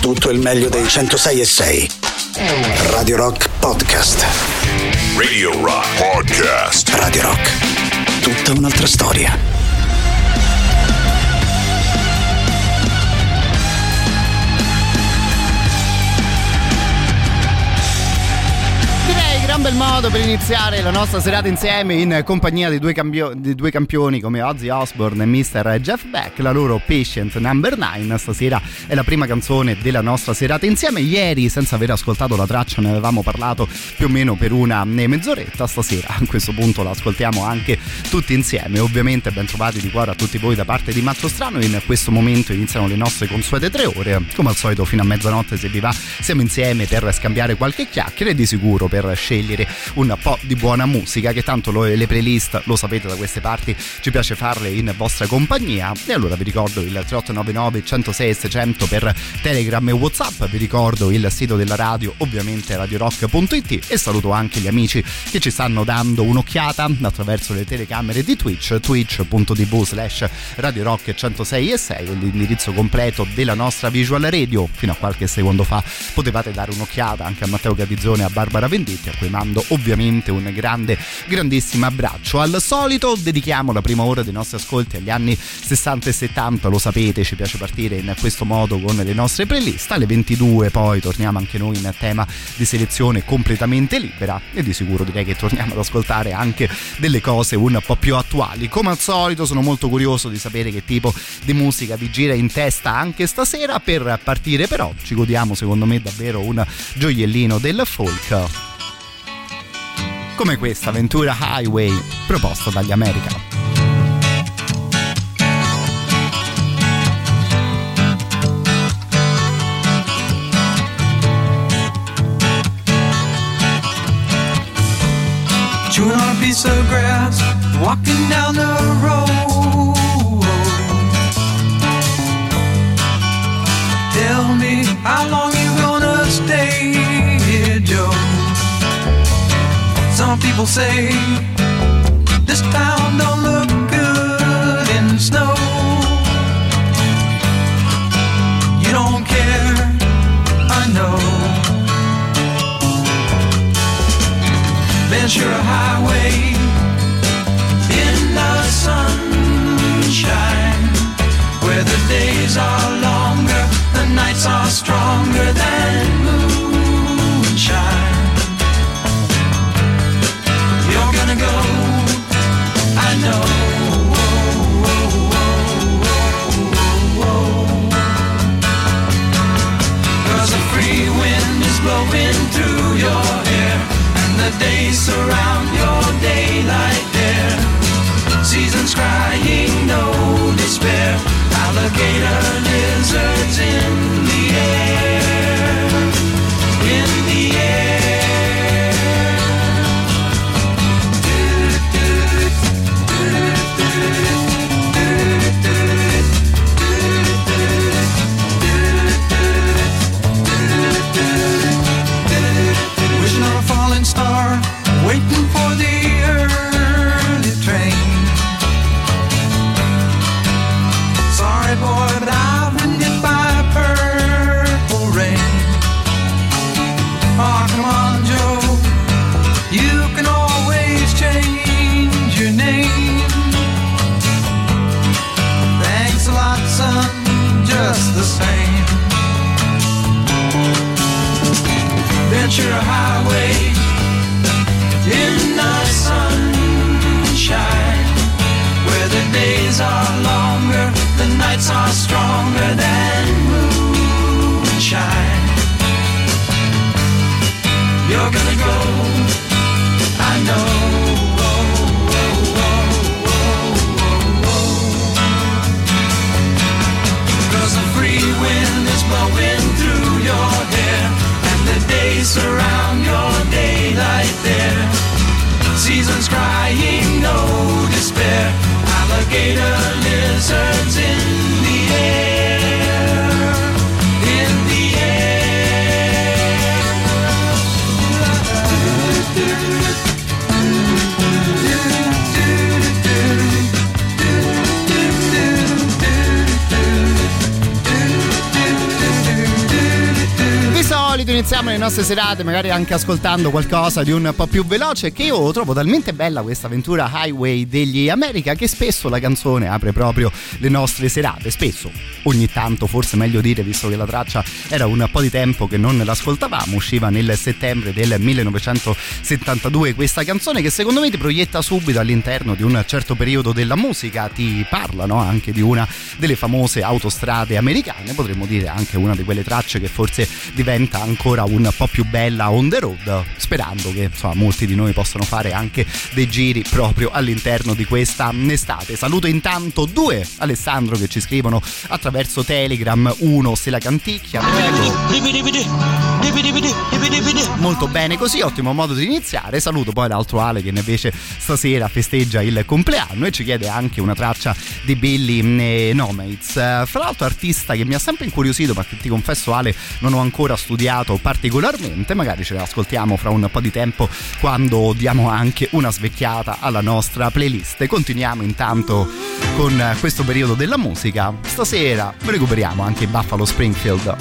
tutto il meglio dei 106.6. Radio Rock Podcast. Radio Rock Podcast. Radio Rock. Tutta un'altra storia. Gran bel modo per iniziare la nostra serata insieme in compagnia di due campioni come Ozzy Osbourne e Mr. Jeff Beck, la loro Patient Number 9. Stasera è la prima canzone della nostra serata insieme. Ieri, senza aver ascoltato la traccia, ne avevamo parlato più o meno per una mezz'oretta. Stasera a questo punto la ascoltiamo anche tutti insieme. Ovviamente ben trovati di cuore a tutti voi da parte di Matto Strano. In questo momento iniziano le nostre consuete 3 ore, come al solito fino a mezzanotte, se vi va, siamo insieme per scambiare qualche chiacchiera e di sicuro per scegliere un po' di buona musica, che tanto le playlist, lo sapete, da queste parti ci piace farle in vostra compagnia. E allora vi ricordo il 3899 106 600 per Telegram e WhatsApp, vi ricordo il sito della radio, ovviamente radiorock.it, e saluto anche gli amici che ci stanno dando un'occhiata attraverso le telecamere di Twitch, twitch.tv/Radio Rock 106 e 6, l'indirizzo completo della nostra visual radio. Fino a qualche secondo fa potevate dare un'occhiata anche a Matteo Gavizzone e a Barbara Venditti, a cui mando ovviamente un grandissimo abbraccio. Al solito dedichiamo la prima ora dei nostri ascolti agli anni 60 e 70, lo sapete, ci piace partire in questo modo con le nostre playlist. Alle 22 poi torniamo anche noi in tema di selezione completamente libera e di sicuro direi che torniamo ad ascoltare anche delle cose un po' più attuali. Come al solito sono molto curioso di sapere che tipo di musica vi gira in testa anche stasera. Per partire però ci godiamo, secondo me, davvero un gioiellino del folk, come questa Ventura Highway proposta dagli America. Chewing on a piece of grass, walking down the road. Tell me, how long you gonna stay here, Joe? Some people say this town don't look good in the snow. You don't care, I know. Ventura Highway in the sunshine, where the days are longer, the nights are stronger than moonshine. You're gonna go, I know. Cause a free wind is blowing through your hair, and the days surround your daylight there. Seasons crying, no despair. Alligator lizards in the air, in the air. Wishing on a falling star, waiting for the early train. Sorry boy, but I've been hit by purple rain. Oh, come on, Joe, you can always change your name. Thanks a lot, son, just the same. Ventura Highway in the sunshine, where the days are longer, the nights are stronger than moonshine. You're gonna go, I know. Cause the free wind is blowing through your hair, and the days surround your daylight there. Seasons crying, no despair. Alligator lizards in the air. solito iniziamo le nostre serate magari anche ascoltando qualcosa di un po' più veloce, che io trovo talmente bella questa avventura Highway degli America che spesso la canzone apre proprio le nostre serate, spesso, ogni tanto forse meglio dire, visto che la traccia era un po' di tempo che non l'ascoltavamo, usciva nel settembre del 1972 questa canzone che secondo me ti proietta subito all'interno di un certo periodo della musica, ti parla, no, anche di una delle famose autostrade americane, potremmo dire anche una di quelle tracce che forse diventa ancora un po' più bella on the road, sperando che insomma molti di noi possano fare anche dei giri proprio all'interno di questa estate. Saluto intanto due Alessandro che ci scrivono attraverso Telegram, uno se la canticchia, molto bene così, ottimo modo di iniziare. Saluto poi l'altro Ale che invece stasera festeggia il compleanno e ci chiede anche una traccia di Billy Nomates, fra l'altro artista che mi ha sempre incuriosito, ma che ti confesso Ale non ho ancora studiato particolarmente, magari ce la ascoltiamo fra un po' di tempo quando diamo anche una svecchiata alla nostra playlist. Continuiamo intanto con questo periodo della musica, stasera recuperiamo anche Buffalo Springfield.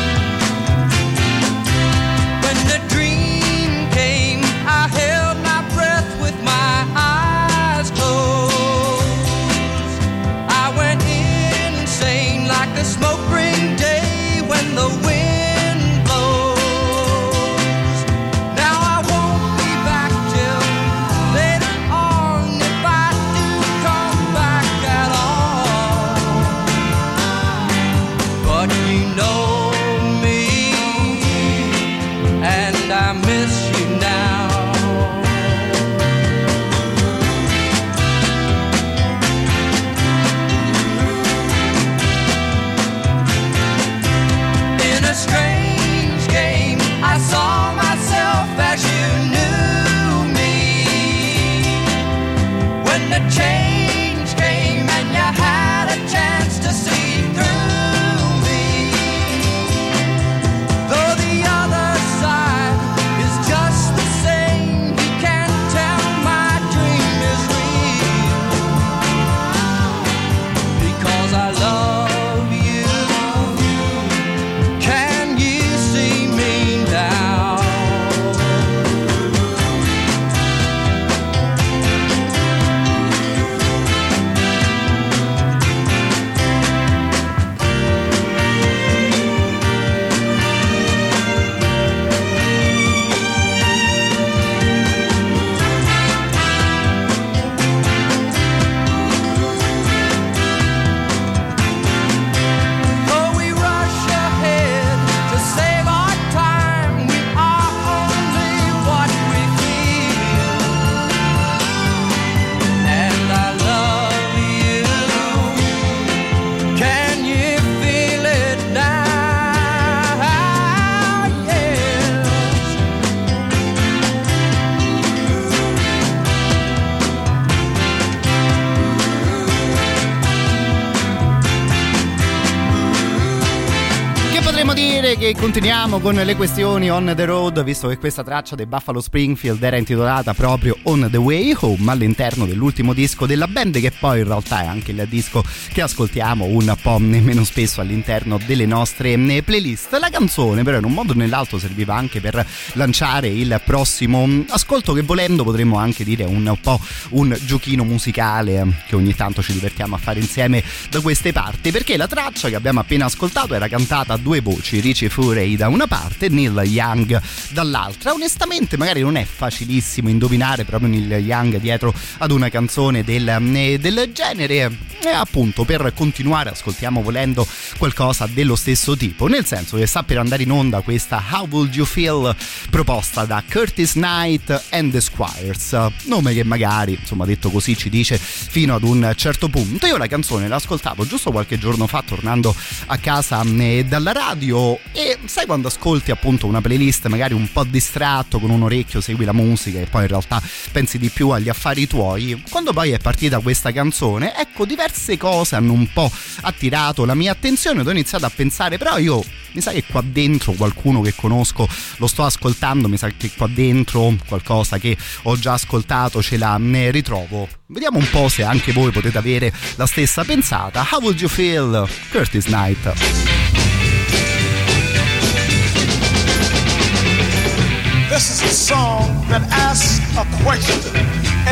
Che continuiamo con le questioni on the road, visto che questa traccia dei Buffalo Springfield era intitolata proprio On the Way Home, all'interno dell'ultimo disco della band, che poi in realtà è anche il disco che ascoltiamo un po' meno spesso all'interno delle nostre playlist. La canzone però in un modo o nell'altro serviva anche per lanciare il prossimo ascolto, che volendo potremmo anche dire un po' un giochino musicale che ogni tanto ci divertiamo a fare insieme da queste parti, perché la traccia che abbiamo appena ascoltato era cantata a due voci, Richie Furay da una parte e Neil Young dall'altra. Onestamente magari non è facilissimo indovinare proprio Neil Young dietro ad una canzone del genere, e appunto per continuare ascoltiamo volendo qualcosa dello stesso tipo, nel senso che sta per andare in onda questa How Would You Feel proposta da Curtis Knight and the Squires, nome che magari insomma detto così ci dice fino ad un certo punto. Io la canzone l'ascoltavo giusto qualche giorno fa tornando a casa dalla radio, e sai quando ascolti appunto una playlist magari un po' distratto, con un orecchio segui la musica e poi in realtà pensi di più agli affari tuoi, quando poi è partita questa canzone, ecco, diverse cose hanno un po' attirato la mia attenzione ed ho iniziato a pensare, però io mi sa che qua dentro qualcuno che conosco lo sto ascoltando, mi sa che qua dentro qualcosa che ho già ascoltato ce la ritrovo. Vediamo un po' se anche voi potete avere la stessa pensata. How Would You Feel? Curtis Knight.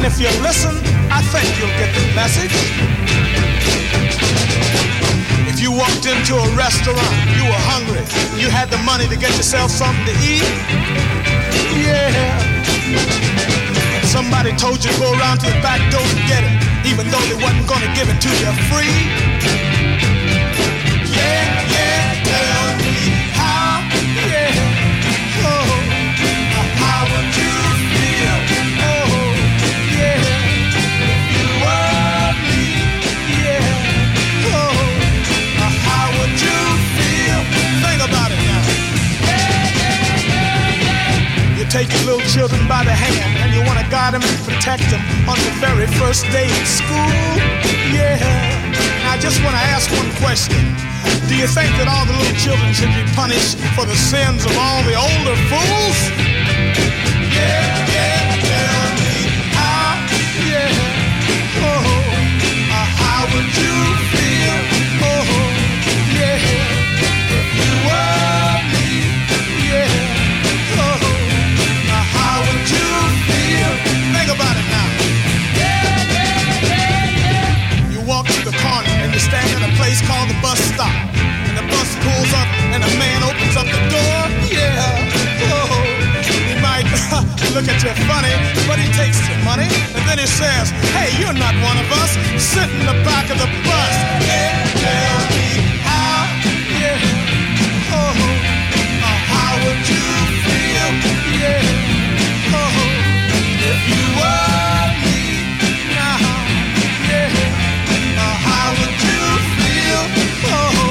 if you listen, I think you'll get the message. If you walked into a restaurant, you were hungry, you had the money to get yourself something to eat, yeah. And somebody told you to go around to the back door and get it, even though they wasn't gonna give it to you free. Yeah, yeah, tell me how, yeah, oh, how would you feel, oh, yeah, if you were me, yeah, oh, how would you feel, think about it now. You take your little children by the hand and you want to guide them and protect them on the very first day in school, yeah. And I just want to ask one question. Do you think that all the little children should be punished for the sins of all the older fools? Yeah, yeah, tell me how, yeah, oh, how would you feel, oh, yeah, if you were me, yeah, oh, how would you feel, think about it now. Yeah, yeah, yeah, yeah. You walk to the corner and you stand at a place called the bus stop. Bus pulls up and a man opens up the door, yeah, oh, he might look at you funny, but he takes your money, and then he says, hey, you're not one of us, sit in the back of the bus, yeah, tell me how, yeah, oh, how would you feel, yeah, oh, if you were me, now, yeah, how would you feel, oh,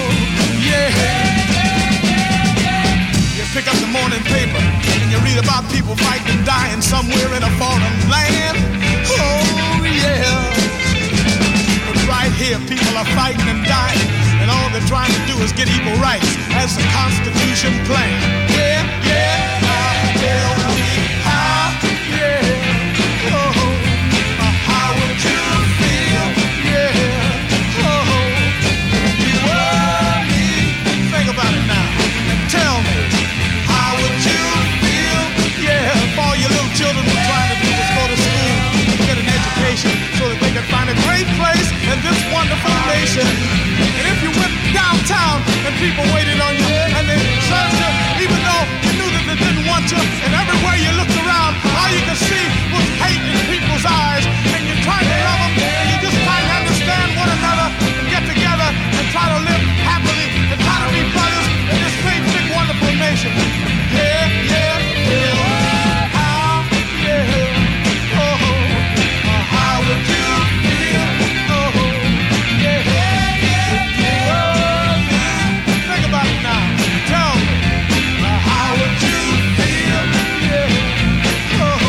you pick up the morning paper and you read about people fighting and dying somewhere in a foreign land. Oh yeah. But right here people are fighting and dying, and all they're trying to do is get equal rights as the Constitution planned. Yeah, yeah, tell me how, yeah, oh, how would you feel, yeah, oh, if you were me, think about it now, and tell me, how would you feel, yeah, if all your little children were trying to do was go to school and get an education so that they could find a great place in this wonderful nation. And if you went downtown and people waited on you and they served you, even though you knew that they didn't want you, and everywhere you looked around, all you could see was hate in people's eyes, and you're trying to love them, and you're just trying to understand one another and get together and try to live happily and try to be brothers in this great, big, wonderful nation. Yeah, yeah, yeah. How, yeah, oh, how would you feel? Oh, yeah, yeah, yeah. Think about it now. Tell me, how would you feel? Yeah, oh,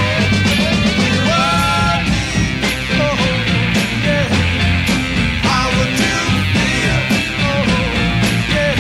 oh, yeah. How would you feel? Oh, yeah,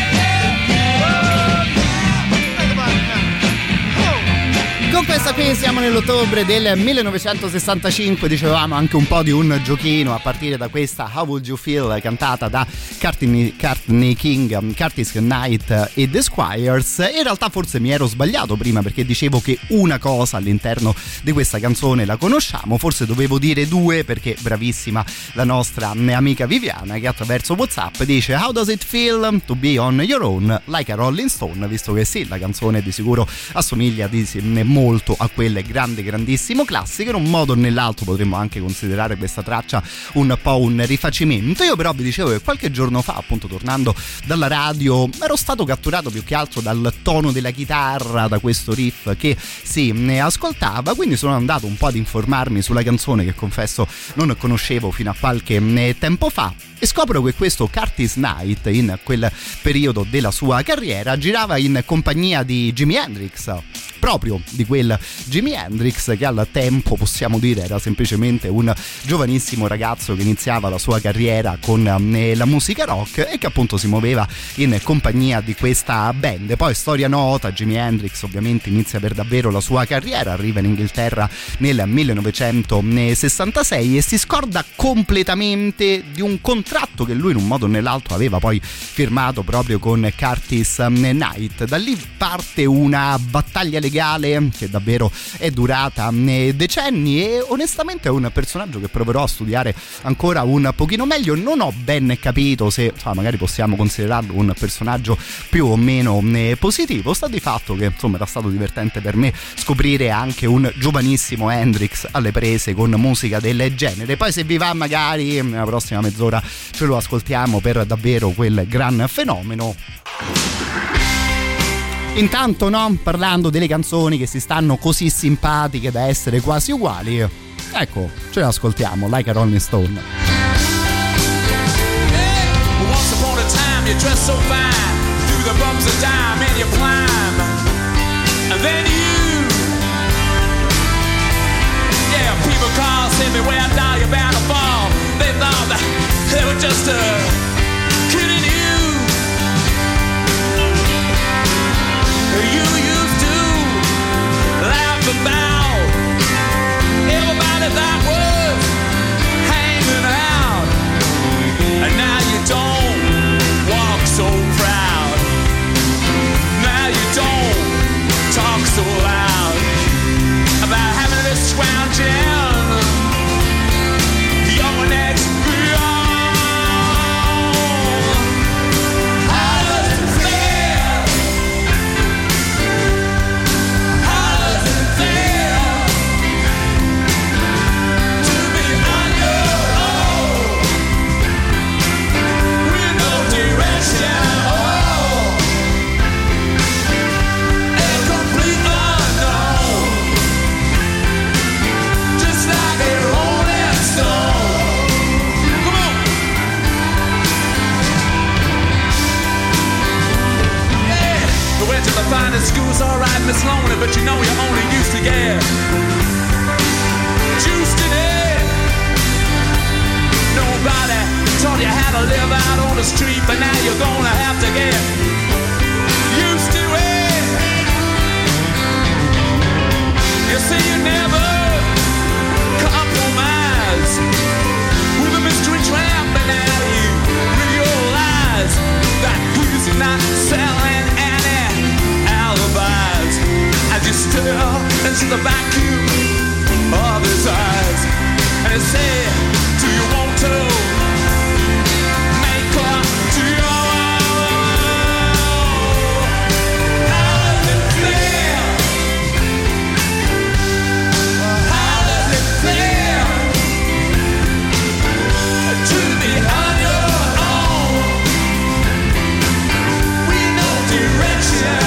think about it now. Oh. Con questa qui siamo nell'ottobre del 1965, dicevamo anche un po' di un giochino a partire da questa How Would You Feel, cantata da Courtney King, Curtis Knight e The Squires. In realtà forse mi ero sbagliato prima, perché dicevo che una cosa all'interno di questa canzone la conosciamo, forse dovevo dire due, perché bravissima la nostra amica Viviana, che attraverso WhatsApp dice How does it feel to be on your own like a Rolling Stone, visto che sì, la canzone di sicuro assomiglia molto a quel grandissimo classico. In un modo o nell'altro potremmo anche considerare questa traccia un po' un rifacimento. Io però vi dicevo che qualche giorno fa, appunto tornando dalla radio, ero stato catturato più che altro dal tono della chitarra, da questo riff che si ascoltava, quindi sono andato un po' ad informarmi sulla canzone, che confesso non conoscevo fino a qualche tempo fa, e scopro che questo Curtis Knight in quel periodo della sua carriera girava in compagnia di Jimi Hendrix, proprio di quel Jimi Hendrix che al tempo, possiamo dire, era semplicemente un giovanissimo ragazzo che iniziava la sua carriera con la musica rock e che appunto si muoveva in compagnia di questa band. Poi, storia nota, Jimi Hendrix ovviamente inizia per davvero la sua carriera, arriva in Inghilterra nel 1966 e si scorda completamente di un contratto che lui in un modo o nell'altro aveva poi firmato proprio con Curtis Knight. Da lì parte una battaglia legale che davvero è durata decenni, e onestamente è un personaggio che proverò a studiare ancora un pochino meglio. Non ho ben capito se magari possiamo considerarlo un personaggio più o meno positivo. Sta di fatto che insomma era stato divertente per me scoprire anche un giovanissimo Hendrix alle prese con musica del genere. Poi se vi va magari nella prossima mezz'ora ce lo ascoltiamo per davvero quel gran fenomeno. Intanto, parlando delle canzoni che si stanno così simpatiche da essere quasi uguali, ecco, ce le ascoltiamo, Like a Rolling Stone. Once upon a time you dressed so fine, through the bumps of dime and you climb, and then yeah, people call, say beware, now you're bound to fall. They thought that they were just kidding you. You used to laugh about everybody that was hanging out, and now you don't walk so proud. Now you don't talk so loud about having this scrounging your next to the finest school's alright, Miss Lonely, but you know you're only used to get juiced in it. Nobody taught you how to live out on the street, but now you're gonna have to get used to it. You see, you never compromise with a mystery tramp, but now you realize that he's not selling alibis as you stare into the vacuum of his eyes, and he said, do you want to make up to your how does it feel? How does it feel to be on your own with no direction?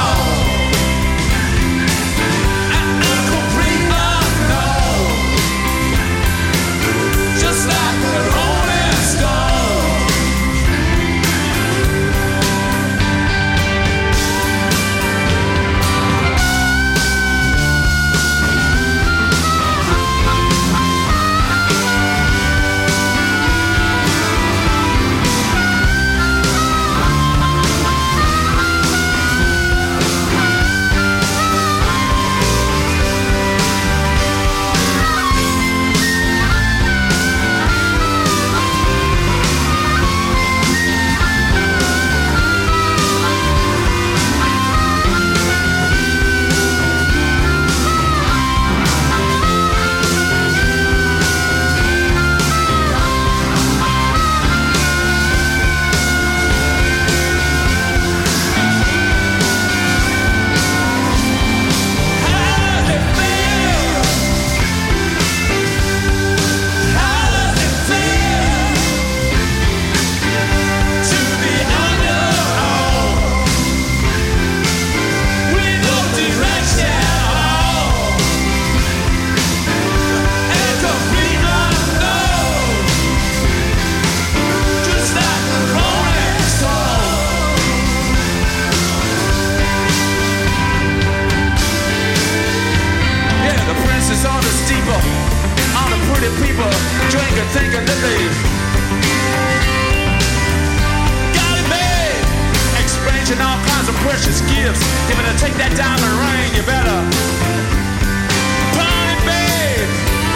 Precious gifts. If to take that diamond ring, you better buy it, babe.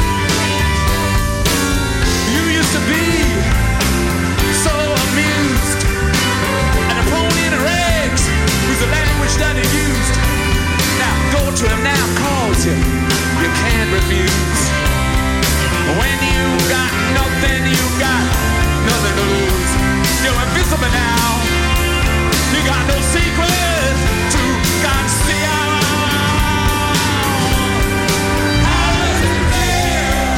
You used to be so amused, and a pony in the rags was the language that he used. Now go you can't refuse. When you got nothing, you got nothing to lose. You're invisible now. You got no secret to conceal. How does it feel?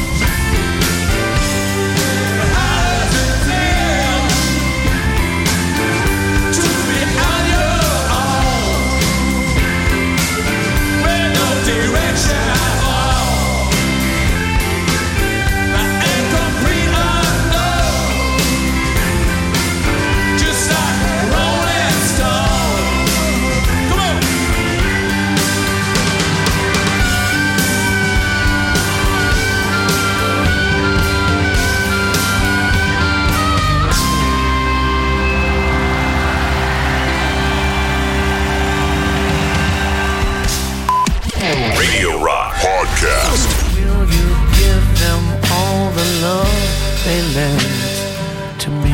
How does it feel to be on your own with no direction at all? The incomplete unknown, just like Rolling Stone. Come on. Radio Rock Podcast. Will you give them all the love they lent to me?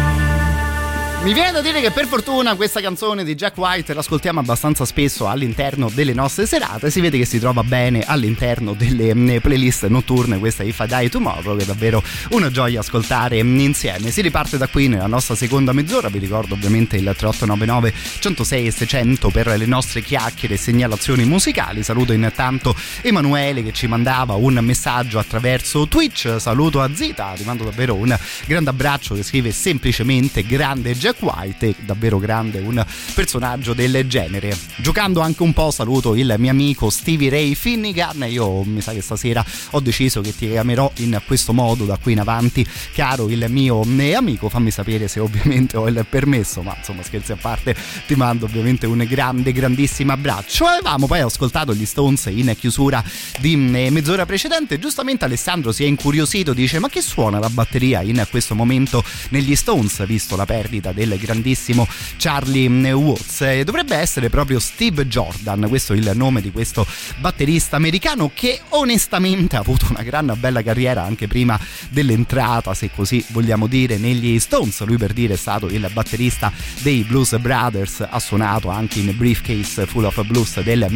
Mi viene da dire che per fortuna questa canzone di Jack White l'ascoltiamo abbastanza spesso all'interno delle nostre serate, si vede che si trova bene all'interno delle playlist notturne. Questa If I Die Tomorrow, che è davvero una gioia ascoltare insieme. Si riparte da qui nella nostra seconda mezz'ora, vi ricordo ovviamente il 3899 106 e 600 per le nostre chiacchiere e segnalazioni musicali. Saluto intanto Emanuele che ci mandava un messaggio attraverso Twitch, saluto a Zita, ti mando davvero un grande abbraccio, che scrive semplicemente grande Jack White, davvero grande un personaggio del genere. Giocando anche un po' saluto il mio amico Stevie Ray Finnegan. Io mi sa che stasera ho deciso che ti chiamerò in questo modo da qui in avanti, caro il mio amico. Fammi sapere se ovviamente ho il permesso, ma insomma scherzi a parte, ti mando ovviamente un grandissimo abbraccio. Avevamo poi ascoltato gli Stones in chiusura di mezz'ora precedente. Giustamente Alessandro si è incuriosito, dice: ma che suona la batteria in questo momento negli Stones, visto la perdita del grandissimo Charlie Watts? Dovrebbe essere proprio Steve Jordan, questo è il nome di questo batterista americano, che onestamente ha avuto una bella carriera anche prima dell'entrata, se così vogliamo dire, negli Stones. Lui, per dire, è stato il batterista dei Blues Brothers, ha suonato anche in Briefcase Full of Blues del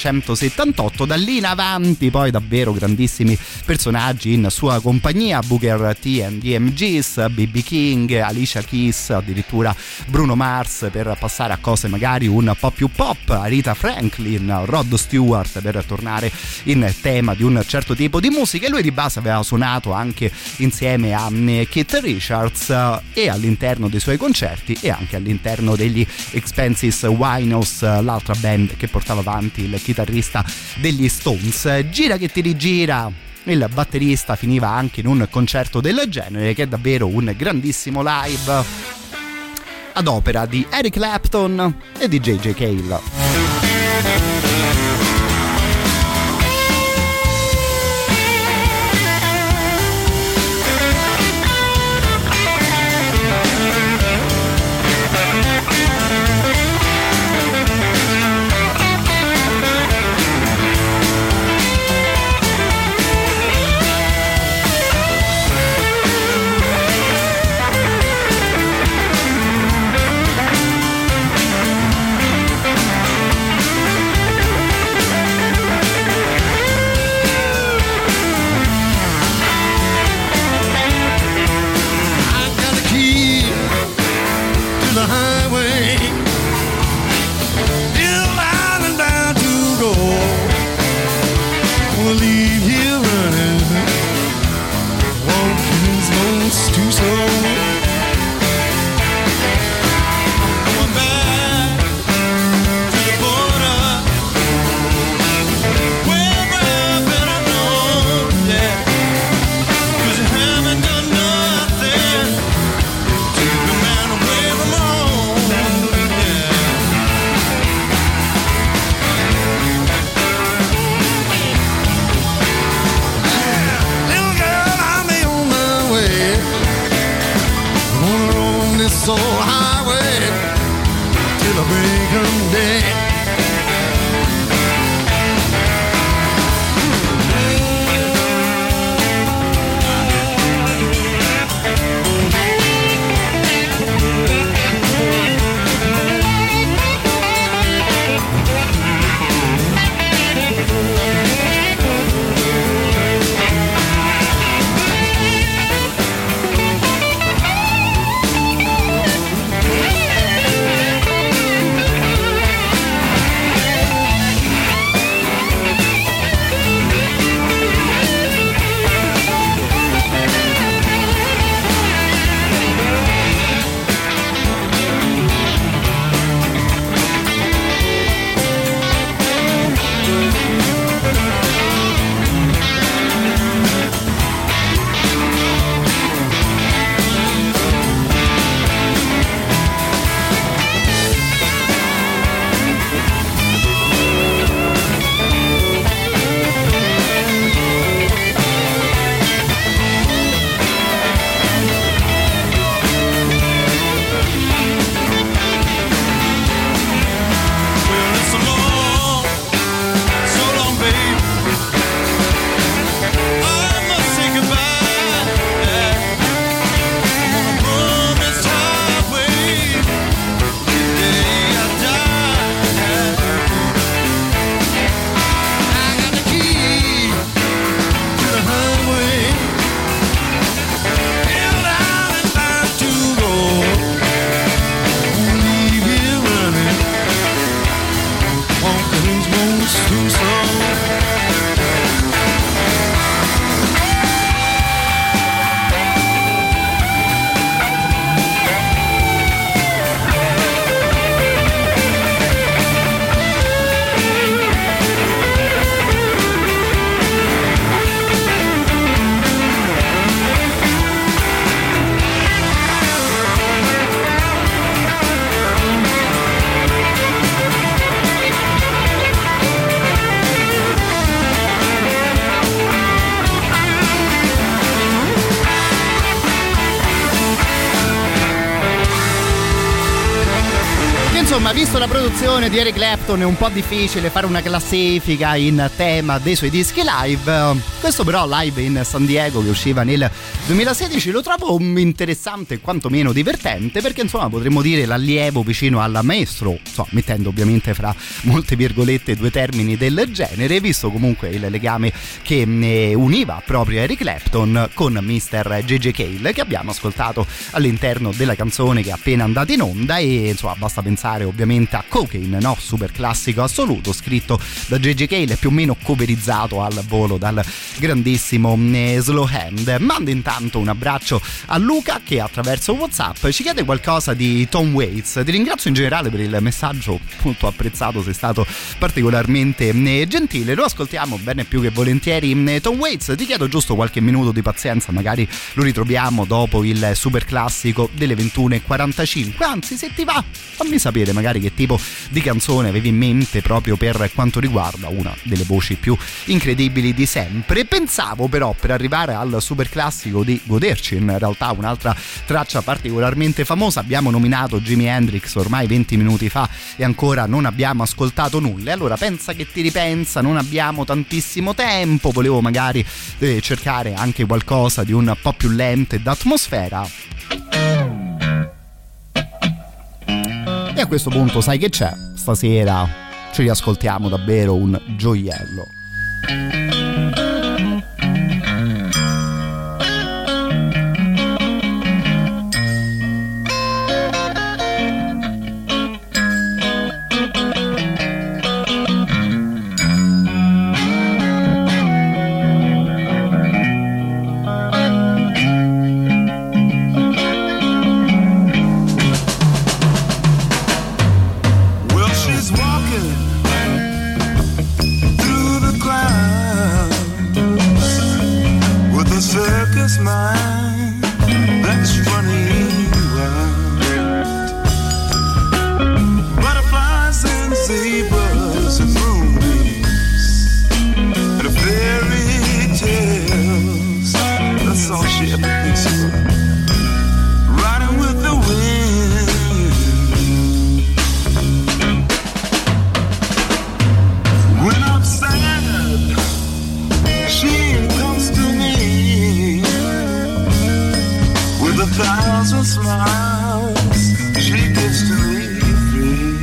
1978. Da lì in avanti poi davvero grandissimi personaggi in sua compagnia: Booker T and the MGs, B.B. King, Alicia Keys, addirittura Bruno Mars, per passare a cose magari un po' più pop, Aretha Franklin, Rod Stewart, per tornare in tema di un certo tipo di musica. E lui di base aveva suonato anche insieme a Keith Richards, e all'interno dei suoi concerti e anche all'interno degli Expensive Winos, l'altra band che portava avanti il chitarrista degli Stones. Gira che ti rigira, il batterista finiva anche in un concerto del genere, che è davvero un grandissimo live ad opera di Eric Clapton e di J.J. Cale. Visto la produzione di Eric Clapton è un po' difficile fare una classifica in tema dei suoi dischi live. Questo però live in San Diego, che usciva nel 2016, lo trovo interessante e quantomeno divertente, perché insomma potremmo dire l'allievo vicino al maestro, mettendo ovviamente fra molte virgolette due termini del genere, visto comunque il legame che univa proprio Eric Clapton con Mr. J.J. Cale, che abbiamo ascoltato all'interno della canzone che è appena andata in onda. E insomma basta pensare ovviamente a Cocaine, no? Super classico assoluto, scritto da J.J. Cale e più o meno coverizzato al volo dal grandissimo Slow Hand. Mando intanto un abbraccio a Luca, che attraverso WhatsApp ci chiede qualcosa di Tom Waits. Ti ringrazio in generale per il messaggio, molto apprezzato, sei stato particolarmente gentile. Lo ascoltiamo bene più che volentieri Tom Waits. Ti chiedo giusto qualche minuto di pazienza, magari lo ritroviamo dopo il super classico delle 21:45. Anzi, se ti va, fammi sapere magari che tipo di canzone avevi in mente proprio per quanto riguarda una delle voci più incredibili di sempre. Pensavo però, per arrivare al super classico, di goderci in realtà un'altra traccia particolarmente famosa. Abbiamo nominato Jimi Hendrix ormai 20 minuti fa e ancora non abbiamo ascoltato nulla. Allora pensa che ti ripensa, non abbiamo tantissimo tempo, volevo magari cercare anche qualcosa di un po' più lento e d'atmosfera. E a questo punto sai che c'è? Stasera ci riascoltiamo davvero un gioiello. Mind that's running wild. Butterflies and zebras and moonbeams and fairy tales. That's all she ever thinks about. Riding with the wind. When I'm sad, she comes to me with 1,000 smiles she gives to me free.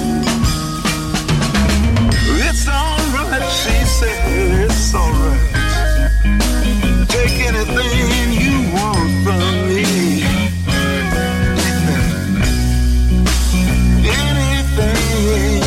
It's alright, she said, it's alright. Take anything you want from me. Anything.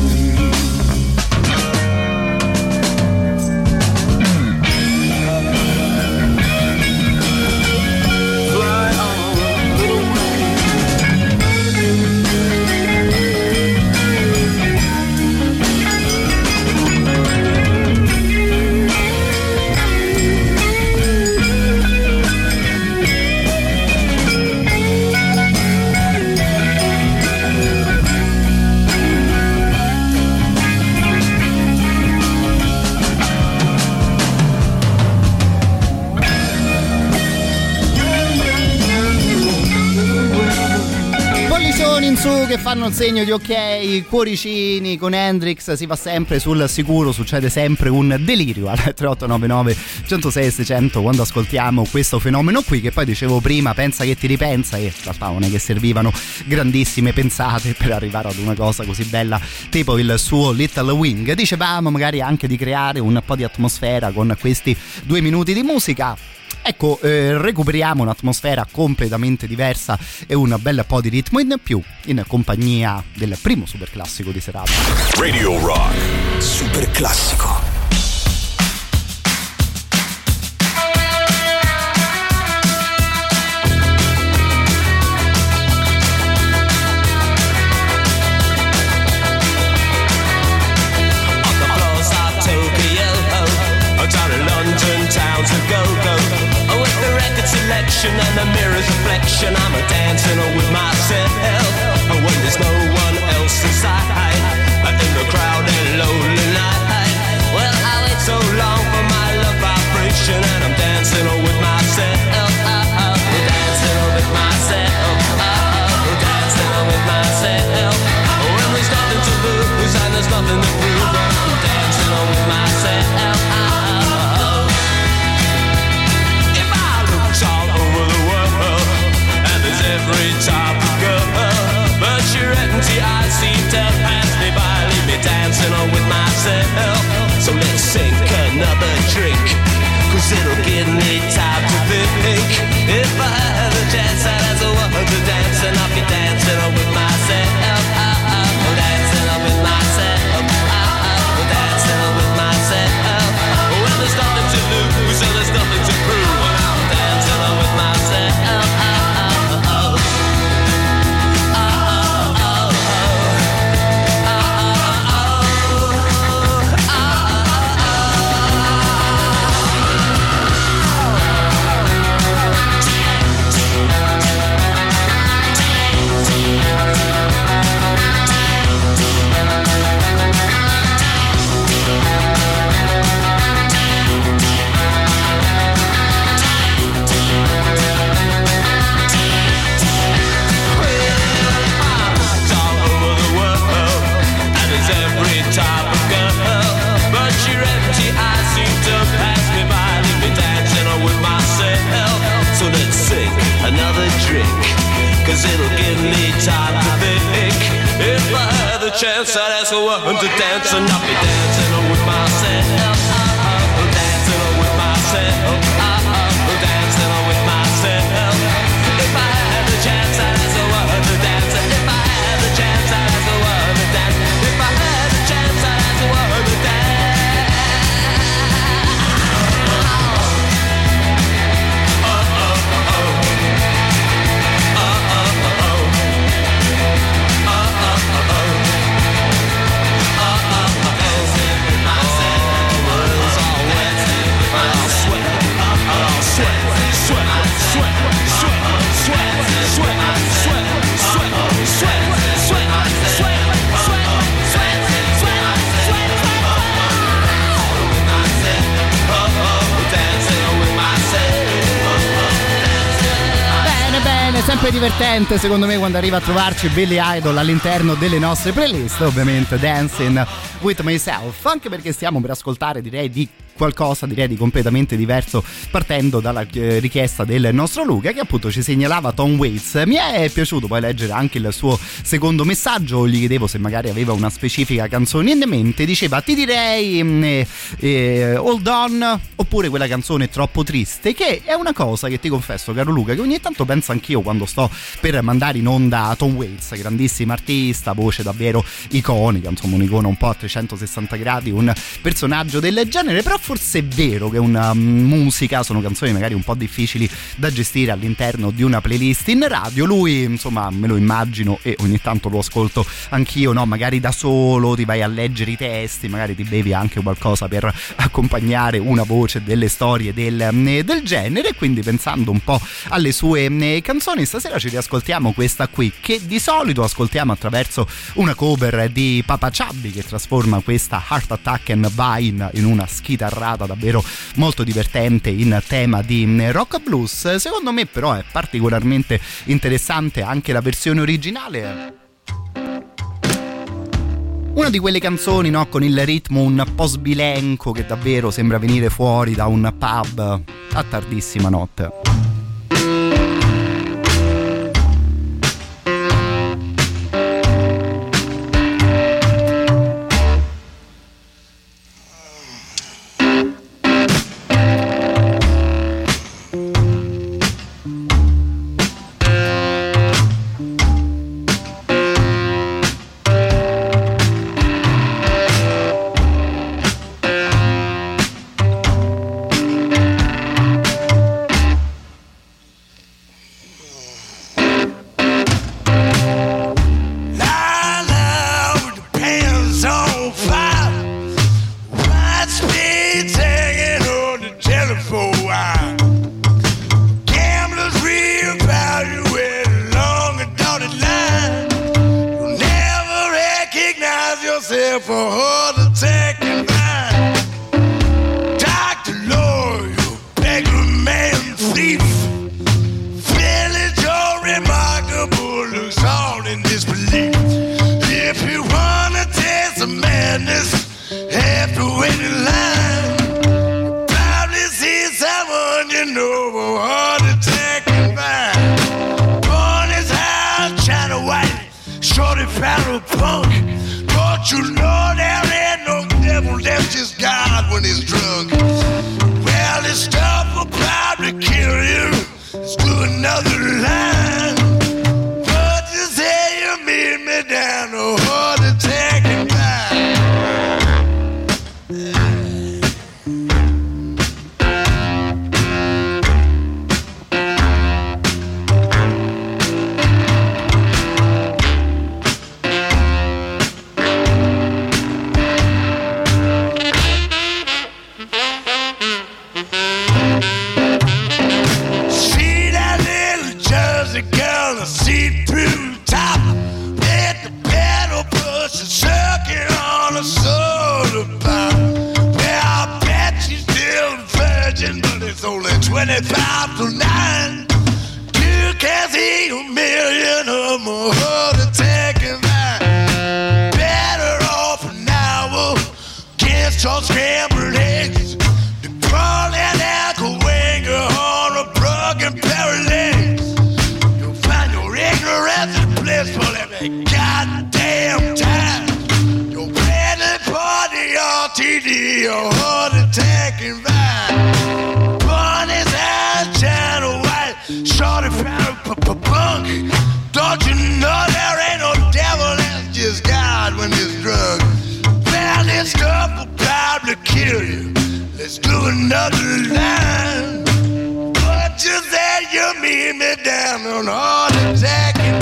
In su che fanno il segno di ok, cuoricini. Con Hendrix si va sempre sul sicuro, succede sempre un delirio al 3899 106 600 quando ascoltiamo questo fenomeno qui, che poi dicevo prima, pensa che ti ripensa, e in realtà non è che servivano grandissime pensate per arrivare ad una cosa così bella tipo il suo Little Wing. Dicevamo magari anche di creare un po' di atmosfera con questi 2 minuti di musica. Ecco, recuperiamo un'atmosfera completamente diversa e un bel po' di ritmo in più in compagnia del primo super classico di serata. Radio Rock Super classico. Selection and the mirror's reflection, I'm a dancing with myself. And when there's no one else inside, in the crowded lonely night, well, I wait so long for my love vibration, and I'm dancing with myself. Dancing with myself. Dancing with myself. Well, chance, I'd ask a woman to dance and I'll be dancing with myself. Dancing with myself. Dancing with myself. If I had the chance, I'd ask a woman to dance. If I had the chance, I'd ask a woman to dance. If I had the chance, I'd ask a woman to dance. Sempre divertente secondo me quando arriva a trovarci Billy Idol all'interno delle nostre playlist, ovviamente Dancing with Myself, anche perché stiamo per ascoltare direi di completamente diverso, partendo dalla richiesta del nostro Luca, che appunto ci segnalava Tom Waits. Mi è piaciuto poi leggere anche il suo secondo messaggio, gli chiedevo se magari aveva una specifica canzone in mente, diceva ti direi Hold On, oppure quella canzone Troppo Triste, che è una cosa che ti confesso, caro Luca, che ogni tanto penso anch'io quando sto per mandare in onda Tom Waits, grandissimo artista, voce davvero iconica, insomma un'icona un po' a 360 gradi, un personaggio del genere, però forse è vero che una musica sono canzoni magari un po' difficili da gestire all'interno di una playlist in radio. Lui insomma me lo immagino e ogni tanto lo ascolto anch'io, no? Magari da solo ti vai a leggere i testi, magari ti bevi anche qualcosa per accompagnare una voce, delle storie del genere, quindi pensando un po' alle sue canzoni stasera ci riascoltiamo questa qui, che di solito ascoltiamo attraverso una cover di Papa Chubby, che trasforma questa Heart Attack and Vine in una schitarrata davvero molto divertente in tema di rock blues. Secondo me però è particolarmente interessante anche la versione originale, una di quelle canzoni, no, con il ritmo un po' sbilenco che davvero sembra venire fuori da un pub a tardissima notte. Goddamn time. me a heart attack and ride. Born his eyes shine white, shorty found punk. Don't you know there ain't no devil, that's just God when he's drunk. Man, this stuff will probably kill you. Let's do another line. But you said you meet me down on heart attack and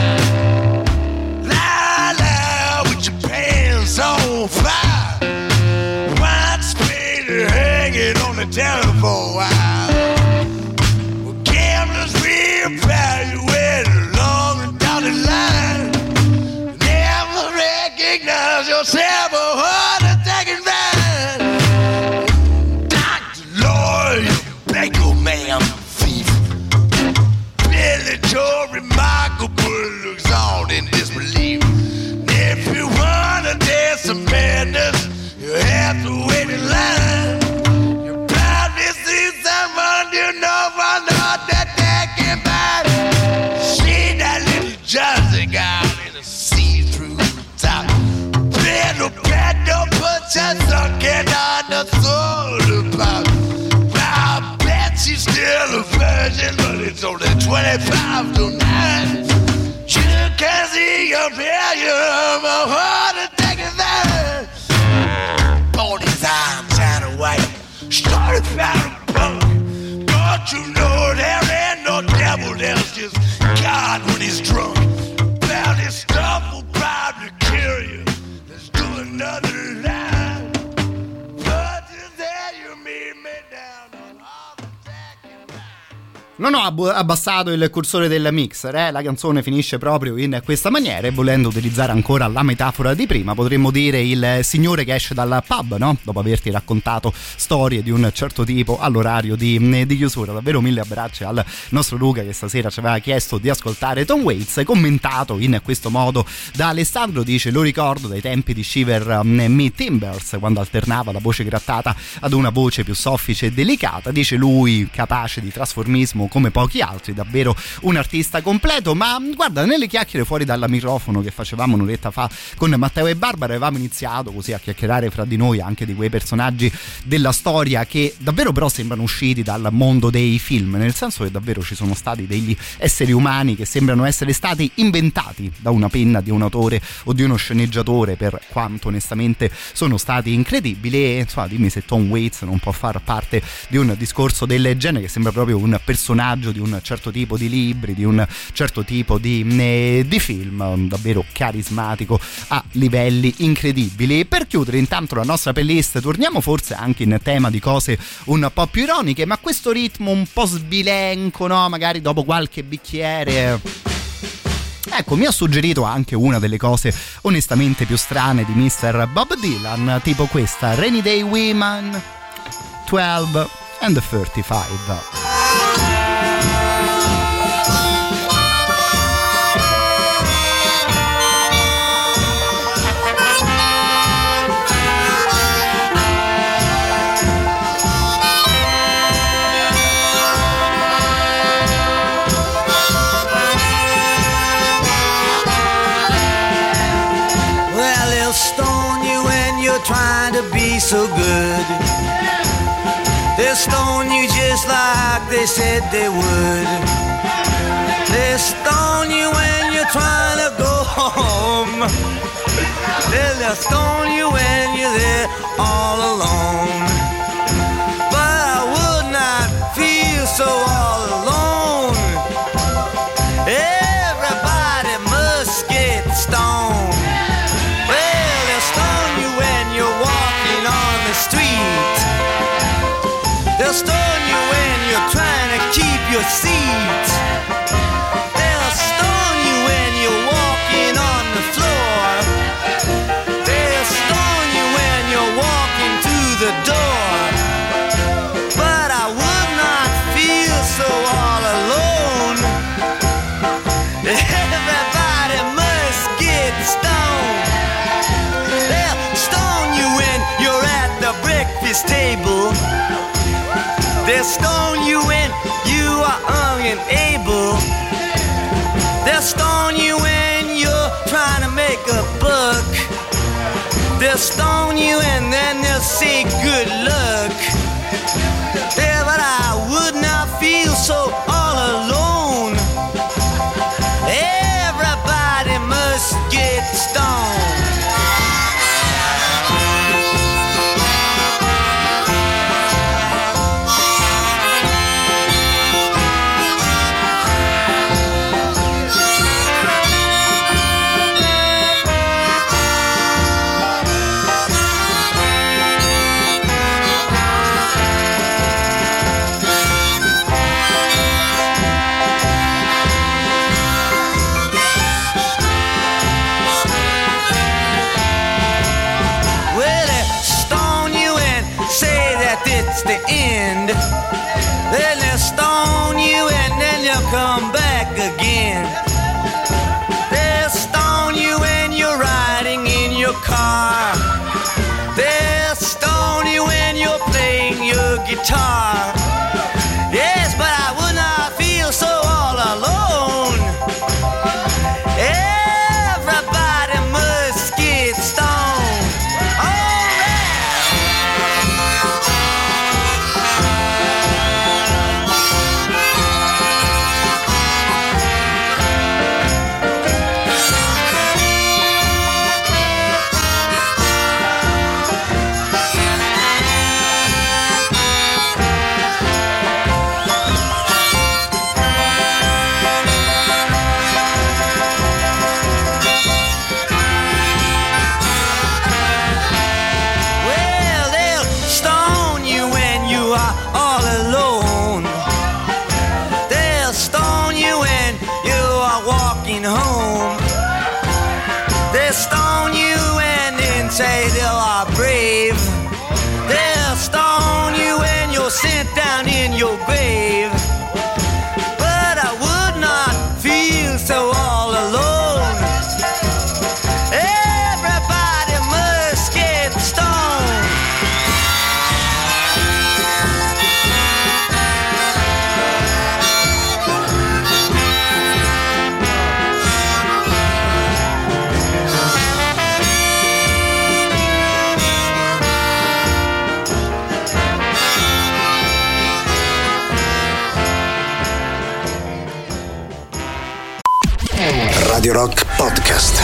ride. Lie, lie with your pants on fire. White spade hanging on the telephone wire. Well, gamblers reevaluate along and down the line. Never recognize yourself a heart attack and ride. Doctor, lawyer, banker, man, thief. Billy Joe, remarkable, looks on in disbelief. If you wanna dance some madness, you have to wait in line. You probably see someone you know from the heart attack and ride. See that little Jersey girl in a see-through top. Pedal, pedal, put your sucking on the soda pop. I bet she's still a virgin, but it's only 25 to 9. You can see your failure of a heart attack and ride. On his arms and white, started found a punk. Don't you know there ain't no devil, there's just God when he's drunk. Well, this stuff will probably kill you. Let's do another line. But you say you meet me down on heart attack and ride. Non ho abbassato il cursore del mixer, la canzone finisce proprio in questa maniera e volendo utilizzare ancora la metafora di prima potremmo dire il signore che esce dal pub, no? Dopo averti raccontato storie di un certo tipo all'orario di chiusura. Davvero mille abbracci al nostro Luca che stasera ci aveva chiesto di ascoltare Tom Waits, commentato in questo modo da Alessandro. Dice: lo ricordo dai tempi di Shiver Me Timbers, quando alternava la voce grattata ad una voce più soffice e delicata. Dice lui, capace di trasformismo come pochi altri, davvero un artista completo. Ma guarda, nelle chiacchiere fuori dal microfono che facevamo un'oretta fa con Matteo e Barbara avevamo iniziato così a chiacchierare fra di noi anche di quei personaggi della storia che davvero però sembrano usciti dal mondo dei film, nel senso che davvero ci sono stati degli esseri umani che sembrano essere stati inventati da una penna di un autore o di uno sceneggiatore, per quanto onestamente sono stati incredibili. E insomma, dimmi se Tom Waits non può far parte di un discorso del genere, che sembra proprio un personaggio di un certo tipo di libri, di un certo tipo di film, davvero carismatico a livelli incredibili. Per chiudere intanto la nostra playlist torniamo forse anche in tema di cose un po' più ironiche, ma questo ritmo un po' sbilenco, no? Magari dopo qualche bicchiere, ecco, mi ha suggerito anche una delle cose onestamente più strane di Mr. Bob Dylan, tipo questa Rainy Day Women 12 and 35. Trying to be so good, they'll stone you just like they said they would. They'll stone you when you're trying to go home. They'll stone you when you're there all alone. But I would not feel so all alone. Everybody must get stoned. Street, they'll stone you when you're trying to keep your seat. They'll stone you when you're walking on the floor. They'll stone you when you're walking through the door. But I would not feel so all alone. Everybody must get stoned. They'll stone you when you're at the breakfast table. They'll stone you when you are unable. They'll stone you when you're trying to make a buck. They'll stone you and then they'll say good luck. Yeah, but I would not feel so all alone. Everybody must get stoned. The end. Then they'll stone you and then you'll come back again. They'll stone you when you're riding in your car. They'll stone you when you're playing your guitar. Yes, but I would not feel so all alone. Everybody must get stoned. Home. They'll stone you and then say they are brave. They'll stone you when you're sent down in your grave. But I would not feel so all alone. Everybody must get stoned. Radio Rock Podcast.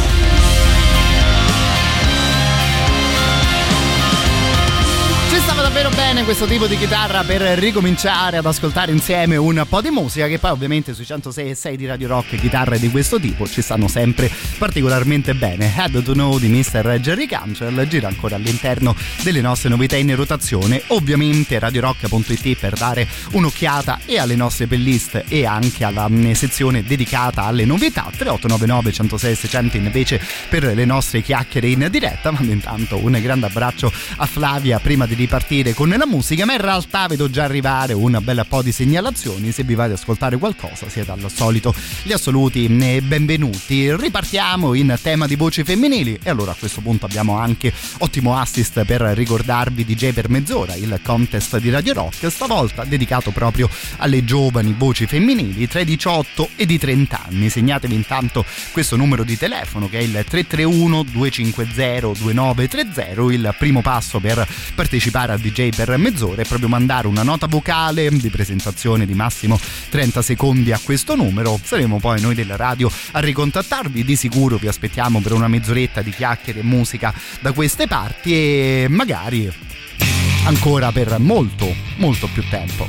Ci stava davvero bene questo tipo di chitarra per ricominciare ad ascoltare insieme un po' di musica, che poi ovviamente sui 106.6 di Radio Rock chitarre di questo tipo ci stanno sempre particolarmente bene. Had to Know di Mr. Jerry Cantrell gira ancora all'interno delle nostre novità in rotazione. Ovviamente radiorock.it per dare un'occhiata e alle nostre playlist e anche alla sezione dedicata alle novità. 3899 106 600 invece per le nostre chiacchiere in diretta. Mando intanto un grande abbraccio a Flavia prima di ripartire con la musica, ma in realtà vedo già arrivare un bel po' di segnalazioni. Se vi vai ad ascoltare qualcosa siete al solito gli assoluti benvenuti. Ripartiamo in tema di voci femminili e allora a questo punto abbiamo anche ottimo assist per ricordarvi DJ per mezz'ora, il contest di Radio Rock, stavolta dedicato proprio alle giovani voci femminili tra i 18 e i 30 anni. Segnatevi intanto questo numero di telefono che è il 331 250 2930. Il primo passo per partecipare a DJ per mezz'ora è proprio mandare una nota vocale di presentazione di massimo 30 secondi a questo numero. Saremo poi noi della radio a ricontattarvi, di sicuro vi aspettiamo per una mezz'oretta di chiacchiere e musica da queste parti e magari ancora per molto molto più tempo.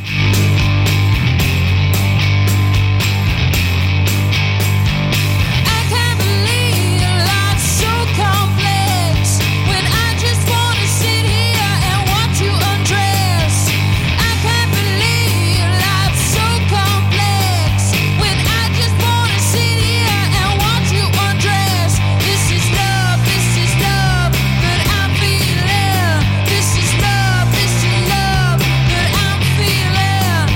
This is love, this is love that I'm feeling.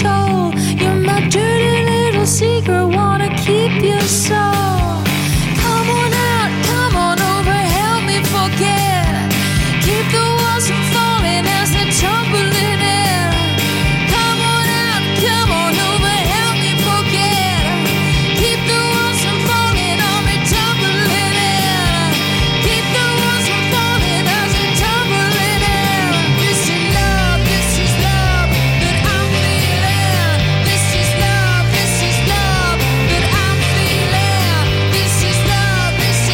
soul. You're my dirty little secret, wanna keep your soul. Come on out, come on over, help me forget. Keep the walls from falling as they're tumbling in. Come on out, come on over, help me forget. Keep the walls from falling as they're tumbling in. Keep the walls from falling as they're tumbling in. This is love that I'm feeling. This is love that I'm feeling. This is love that I'm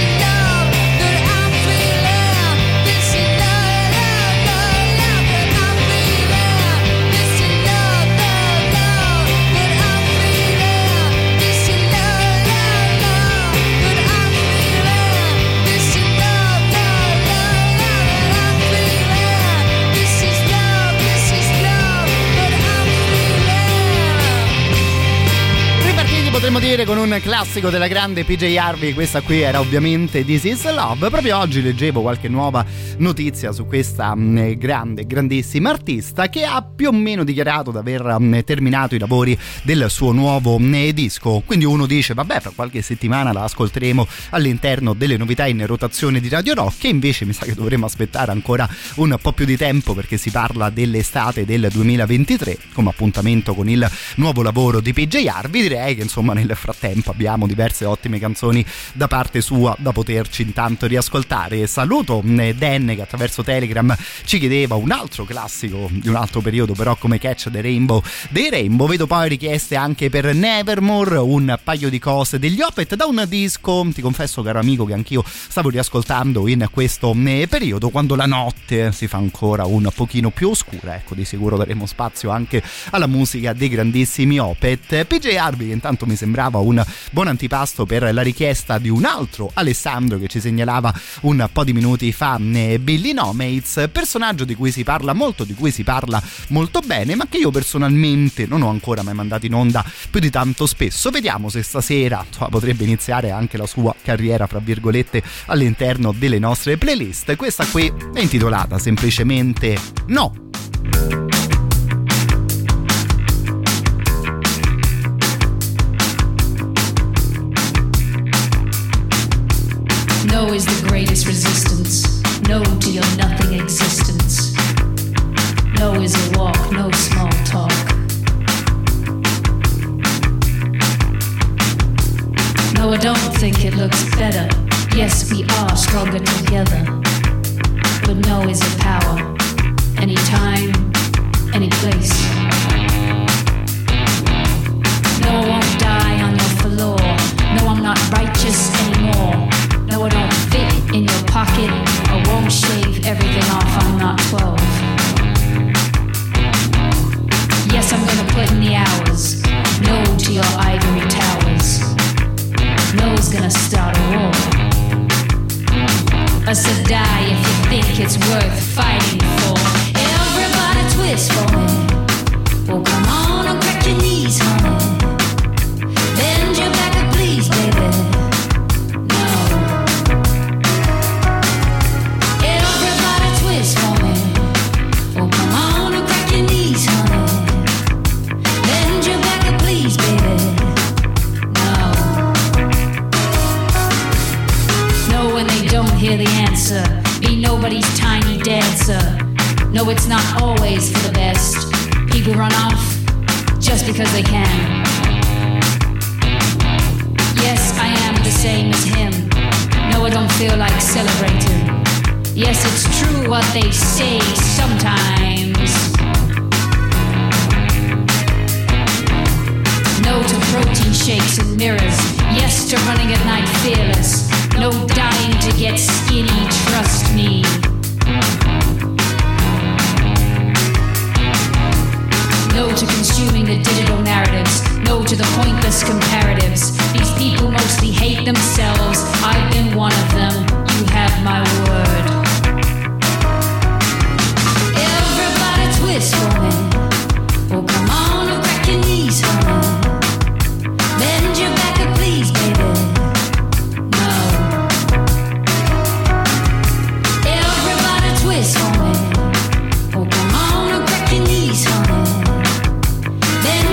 feeling. This is love, love that I'm feeling. This is love that I'm feeling. This is love, love that I'm feeling. This is love that I'm feeling. This is love that I'm feeling. Ripartiti potremmo dire con un classico della grande PJ Harvey. Questa qui era ovviamente This Is Love. Proprio oggi leggevo qualche nuova notizia su questa grandissima artista, che ha più o meno dichiarato di aver terminato i lavori del suo nuovo disco. Quindi uno dice vabbè, fra qualche settimana la ascolteremo all'interno delle novità in rotazione di Radio Rock, che invece mi sa che dovremo aspettare ancora un po' più di tempo, perché si parla dell'estate del 2023 come appuntamento con il nuovo lavoro di PJ Harvey. Direi che insomma nel frattempo abbiamo diverse ottime canzoni da parte sua da poterci intanto riascoltare. Saluto Dan, che attraverso Telegram ci chiedeva un altro classico di un altro periodo, però come Catch the Rainbow dei Rainbow. Vedo poi richieste anche per Nevermore, un paio di cose degli Opeth da un disco, ti confesso caro amico, che anch'io stavo riascoltando in questo periodo, quando la notte si fa ancora un pochino più oscura. Ecco, di sicuro daremo spazio anche alla musica dei grandissimi Opeth. PJ Harvey intanto mi sembrava un buon antipasto per la richiesta di un altro Alessandro che ci segnalava un po' di minuti fa Billy Nomates, personaggio di cui si parla molto, di cui si parla molto bene, ma che io personalmente non ho ancora mai mandato in onda più di tanto spesso. Vediamo se stasera potrebbe iniziare anche la sua carriera fra virgolette all'interno delle nostre playlist. Questa qui è intitolata semplicemente No. No is the greatest resistance. No to your nothing existence. No is a walk, no small talk. No, I don't think it looks better. Yes, we are stronger together. But no is a power. Anytime, any place. No, I won't die on your floor. No, I'm not righteous anymore. No, I don't fit in your pocket. I won't shave everything off, I'm not 12. Yes, I'm gonna put in the hours. No to your ivory towers. No's gonna start a war. I said die if you think it's worth fighting for. Everybody twist for me. Oh, come on and crack your knees, honey. Bend your back and please, baby. For me. Oh, come on and crack your knees, honey. Bend your back and please, baby. No. No, when they don't hear the answer, be nobody's tiny dancer. No, it's not always for the best. People run off just because they can. Yes, I am the same as him. No, I don't feel like celebrating. Yes, it's true what they say sometimes. No to protein shakes and mirrors. Yes to running at night fearless. No dying to get skinny, trust me. No to consuming the digital narratives. No to the pointless comparatives. These people mostly hate themselves. I've been one of them. You have my word. Twist for me. Oh, come on and crack your knees, honey. Bend your back and please, baby. No. Everybody twist for me. Oh, come on and crack your knees, honey. Bend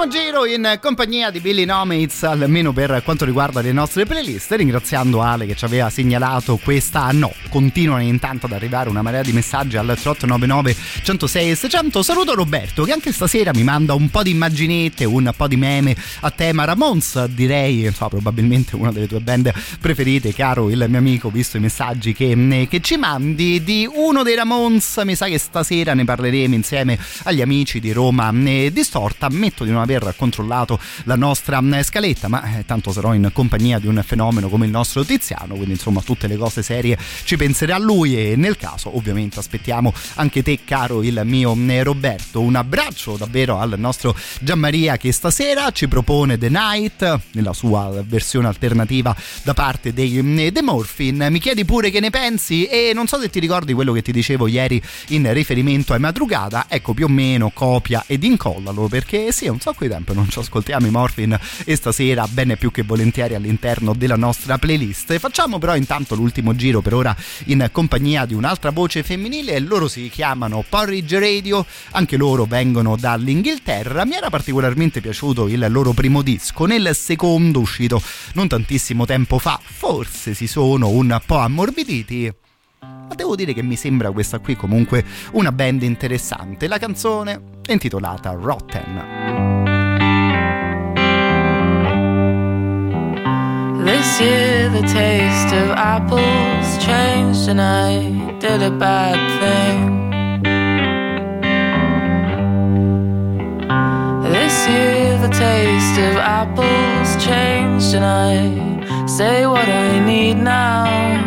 Ultimo giro in compagnia di Billy Nomates, almeno per quanto riguarda le nostre playlist, ringraziando Ale che ci aveva segnalato questa. No, continuano intanto ad arrivare una marea di messaggi al 3899 106 e 600. Saluto Roberto che anche stasera mi manda un po' di immaginette, un po' di meme a tema Ramones, direi, probabilmente una delle tue band preferite, caro il mio amico, visto i messaggi che ci mandi. Di uno dei Ramones mi sa che stasera ne parleremo insieme agli amici di Roma Distorta. Ammetto di non aver controllato la nostra scaletta, ma tanto sarò in compagnia di un fenomeno come il nostro Tiziano, quindi insomma tutte le cose serie ci penserà lui, e nel caso ovviamente aspettiamo anche te, caro il mio Roberto. Un abbraccio davvero al nostro Gianmaria che stasera ci propone The Night nella sua versione alternativa da parte dei The Morphine. Mi chiedi pure che ne pensi, e non so se ti ricordi quello che ti dicevo ieri in riferimento a Madrugada. Ecco, più o meno copia ed incollalo, perché sì, è un sacco di tempo non ci ascoltiamo i Morphine e stasera bene più che volentieri all'interno della nostra playlist. Facciamo però intanto l'ultimo giro per ora in compagnia di un'altra voce femminile, e loro si chiamano Porridge Radio, anche loro vengono dall'Inghilterra. Mi era particolarmente piaciuto il loro primo disco, nel secondo uscito non tantissimo tempo fa forse si sono un po' ammorbiditi, ma devo dire che mi sembra questa qui comunque una band interessante. La canzone è intitolata Rotten. This year the taste of apples changed and I did a bad thing. This year the taste of apples changed and I say what I need now.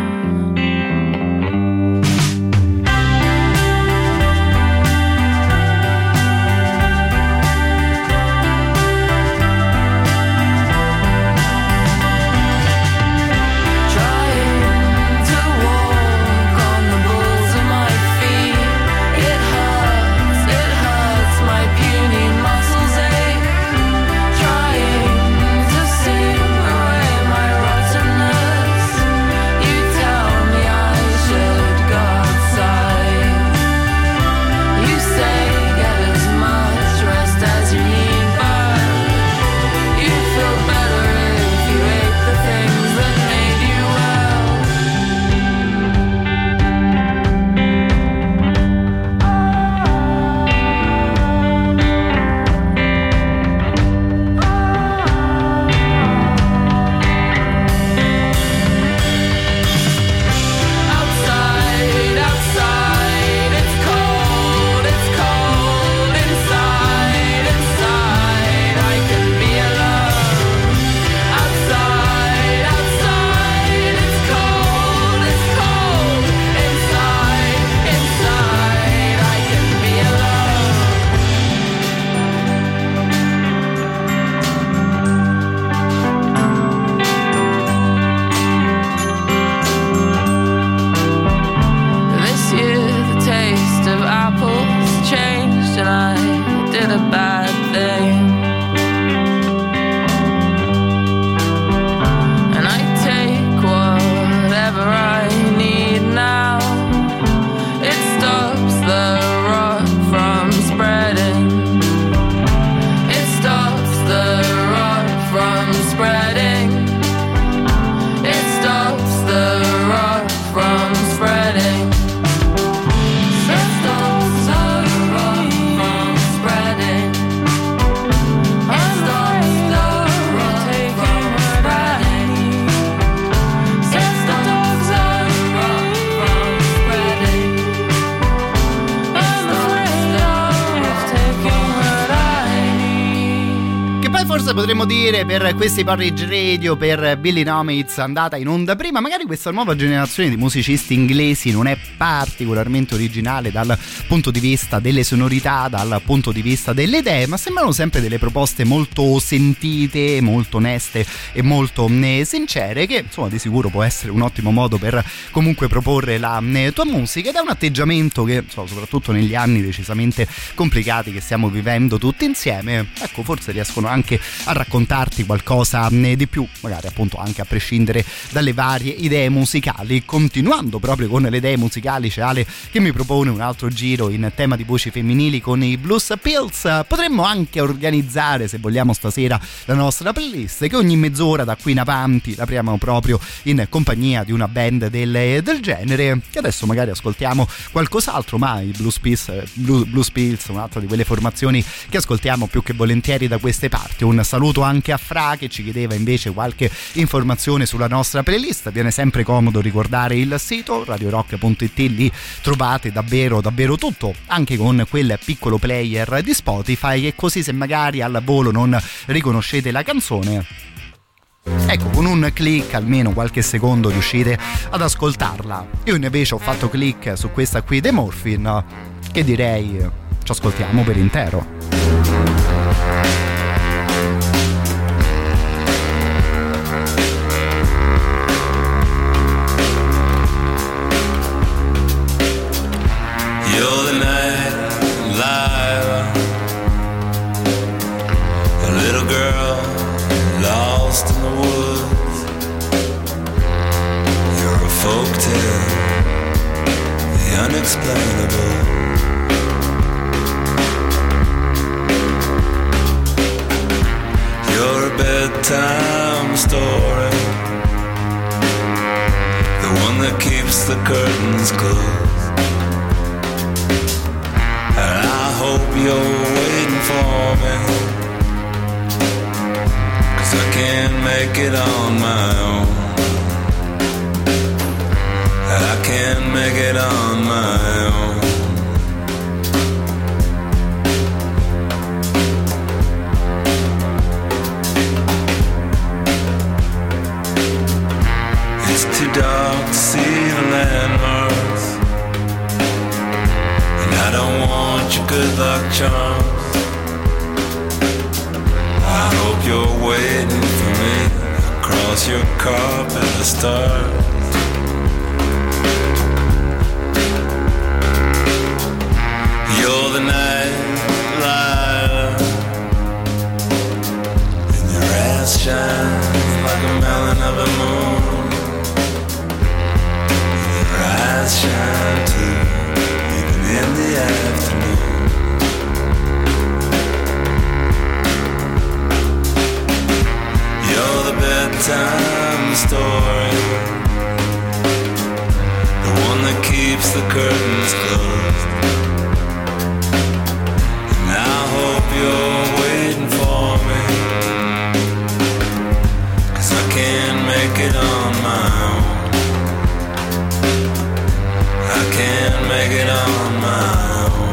Potremmo dire per questi Porridge Radio, per Billy Nomates andata in onda prima. Magari questa nuova generazione di musicisti inglesi non è particolarmente originale dal punto di vista delle sonorità, dal punto di vista delle idee, ma sembrano sempre delle proposte molto sentite, molto oneste e molto sincere, che insomma di sicuro può essere un ottimo modo per comunque proporre la tua musica, ed è un atteggiamento che insomma, soprattutto negli anni decisamente complicati che stiamo vivendo tutti insieme, ecco, forse riescono anche anche a raccontarti qualcosa di più, magari appunto anche a prescindere dalle varie idee musicali. Continuando proprio con le idee musicali, c'è Ale che mi propone un altro giro in tema di voci femminili con i Blues Pills. Potremmo anche organizzare, se vogliamo, stasera la nostra playlist, che ogni mezz'ora da qui in avanti l'apriamo proprio in compagnia di una band del genere, che adesso magari ascoltiamo qualcos'altro, ma i Blues Pills, un'altra di quelle formazioni che ascoltiamo più che volentieri da queste parti. Un saluto anche a Fra che ci chiedeva invece qualche informazione sulla nostra playlist. Viene sempre comodo ricordare il sito radiorock.it, lì trovate davvero tutto, anche con quel piccolo player di Spotify, e così se magari al volo non riconoscete la canzone, ecco, con un click, almeno qualche secondo, riuscite ad ascoltarla. Io invece ho fatto click su questa qui dei Morphine, che direi ci ascoltiamo per intero. You're the night light, a little girl lost in the woods. You're a folktale, the unexplainable. You're a bedtime story, the one that keeps the curtains closed. And I hope you're waiting for me, 'cause I can't make it on my own. And I can't make it on my own. It's too dark to see the landmarks, and I don't want your good luck charms. I hope you're waiting for me across your carpet of stars. You're the night light, and your ass shines like a melon of a moon. And your eyes shine too, even in the afternoon. You're the bedtime story, the one that keeps the curtains closed. And I hope you're waiting for me, 'cause I can't make it on my own. I can't make it on my own.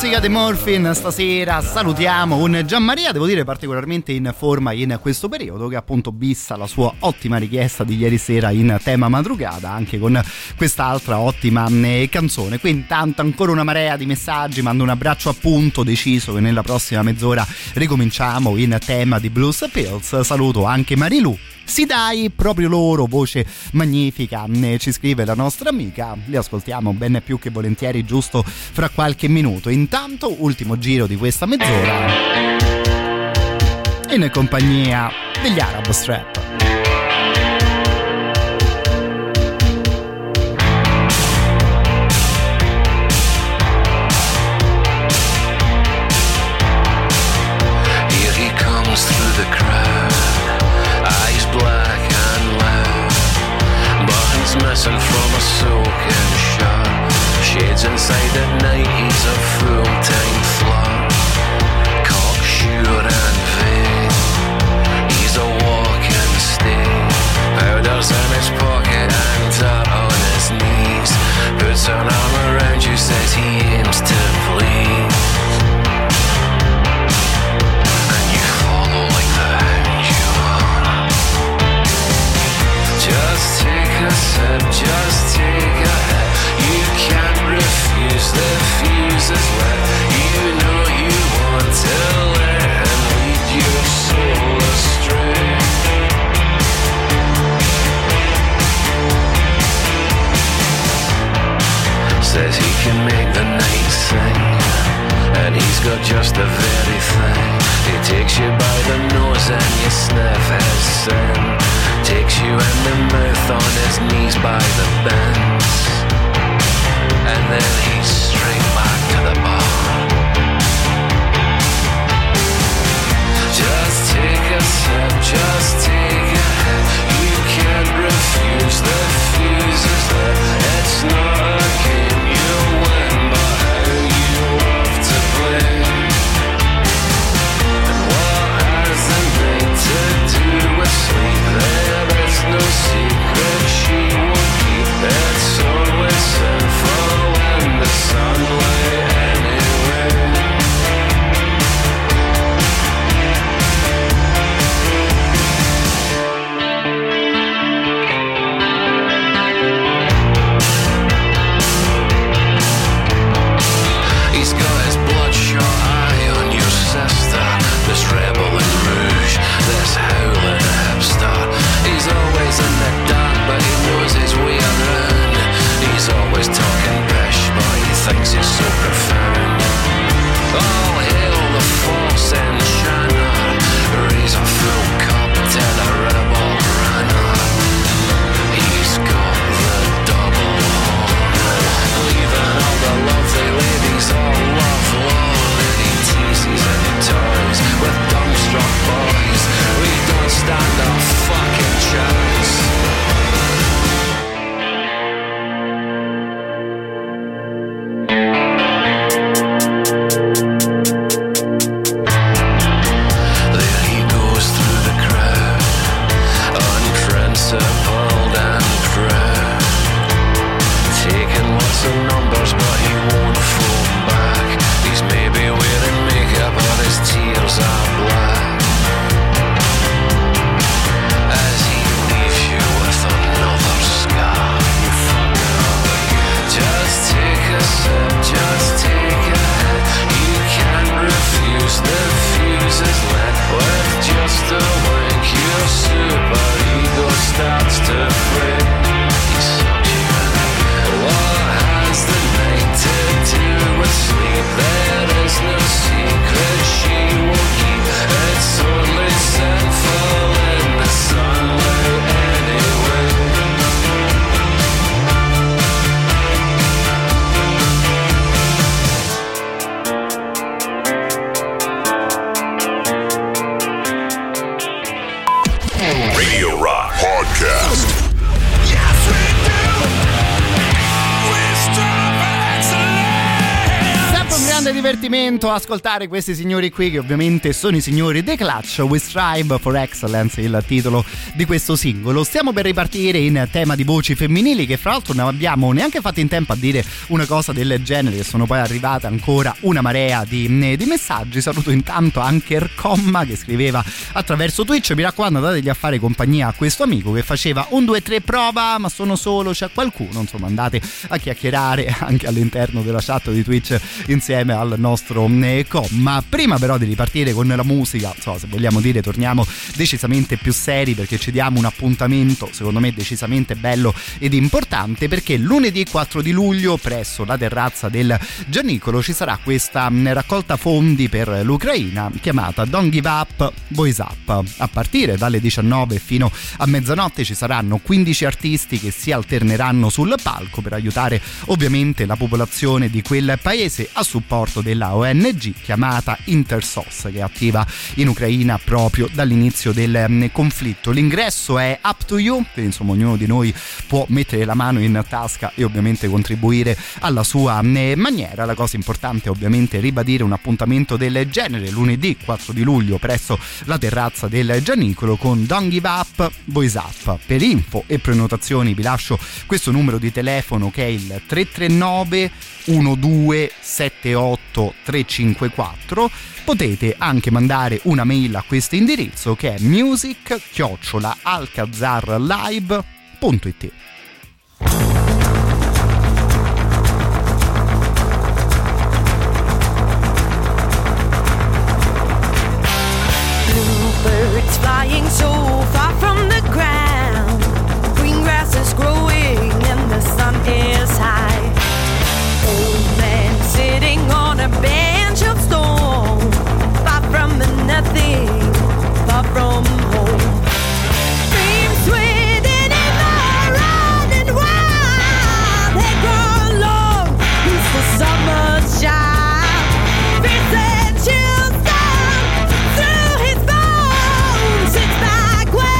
musica dei Morphine stasera. Salutiamo un Gianmaria, devo dire particolarmente in forma in questo periodo, che appunto bissa la sua ottima richiesta di ieri sera in tema madrugada anche con quest'altra ottima canzone. Qui intanto ancora una marea di messaggi, mando un abbraccio appunto, deciso che nella prossima mezz'ora ricominciamo in tema di Blues Pills. Saluto anche Marilu. Sì dai, proprio loro, voce magnifica, ci scrive la nostra amica. Li ascoltiamo ben più che volentieri giusto fra qualche minuto. Intanto ultimo giro di questa mezz'ora in compagnia degli Arab Strap. Here he comes through the crowd, eyes black and loud, buttons missing from a soaking shirt, shades inside at night, he's a full-time flirt, cocksure and vain, he's a walking stain, powder's in his pocket and dirt on his knees, puts an arm around you, says he aims to please. Just take a sip, just take a hit. You can't refuse, the fuse is lit. You know you want to let him lead your soul astray. Says he can make the night sing, and he's got just the very thing. He takes you by the nose and you sniff his sin, takes you in the mouth on his knees by the bends, and then he's straight back to the bar. Just take a sip, just take a hit. You can't refuse, the fuse is lit. It's not a game you win, but how you love to play. And what has the night to do with sleep? There is no secret she won't keep. It's always sinful in the sunlight anyway. He's got his bloodshot eye on your sister, this rebel in rouge, this howling hipster. He's always in the dark, but he knows his way around. He's always talking pish, but he thinks he's so profound. All hail the false enchanter, raise a full cup, tell a rebel runner. He's got the double horn, leaving all the lovely ladies all love lorn. And he teases and he toys with dumbstruck boys. We don't stand a fucking chance. There he goes through the crowd, unprincipled and proud, taking lots of numbers but he won't phone back. He's maybe wearing makeup but his tears are black. divertimento ascoltare questi signori qui, che ovviamente sono i signori The Clutch. We Strive for Excellence, il titolo di questo singolo. Stiamo per ripartire in tema di voci femminili, che fra l'altro non abbiamo neanche fatto in tempo a dire una cosa del genere, che sono poi arrivate ancora una marea di messaggi. Saluto intanto anche Ercomma, che scriveva attraverso Twitch: mi raccomando, dategli a fare compagnia a questo amico che faceva 1, 2, 3 prova, ma sono solo, c'è qualcuno. Insomma, andate a chiacchierare anche all'interno della chat di Twitch insieme al nostro Comma. Prima però di ripartire con la musica, insomma, se vogliamo dire, torniamo decisamente più seri, perché ci diamo un appuntamento secondo me decisamente bello ed importante, perché lunedì 4 di luglio presso la terrazza del Gianicolo ci sarà questa raccolta fondi per l'Ucraina chiamata Don't Give Up, Boys Up. A partire dalle 19 fino a mezzanotte ci saranno 15 artisti che si alterneranno sul palco per aiutare ovviamente la popolazione di quel paese, a supporto della ONG chiamata Intersos, che è attiva in Ucraina proprio dall'inizio del conflitto. L'ingresso è up to you, quindi insomma ognuno di noi può mettere la mano in tasca e ovviamente contribuire alla sua maniera. La cosa importante è ovviamente ribadire un appuntamento del genere lunedì 4 di luglio presso la terrazza del Gianicolo con Don't Give Up, Boys Up. Per info e prenotazioni vi lascio questo numero di telefono, che è il 339 1278 354. Potete anche mandare una mail a questo indirizzo, che è music@alcazarlive.it. Bluebirds flying so far from the ground, green grass is growing and the sun is high. Old man sitting on a bench of stone, far from the nothing, far from home. Dreams sweating in the running wild, they grow long, he's the summer child. Feels the chills down through his bones, sits back where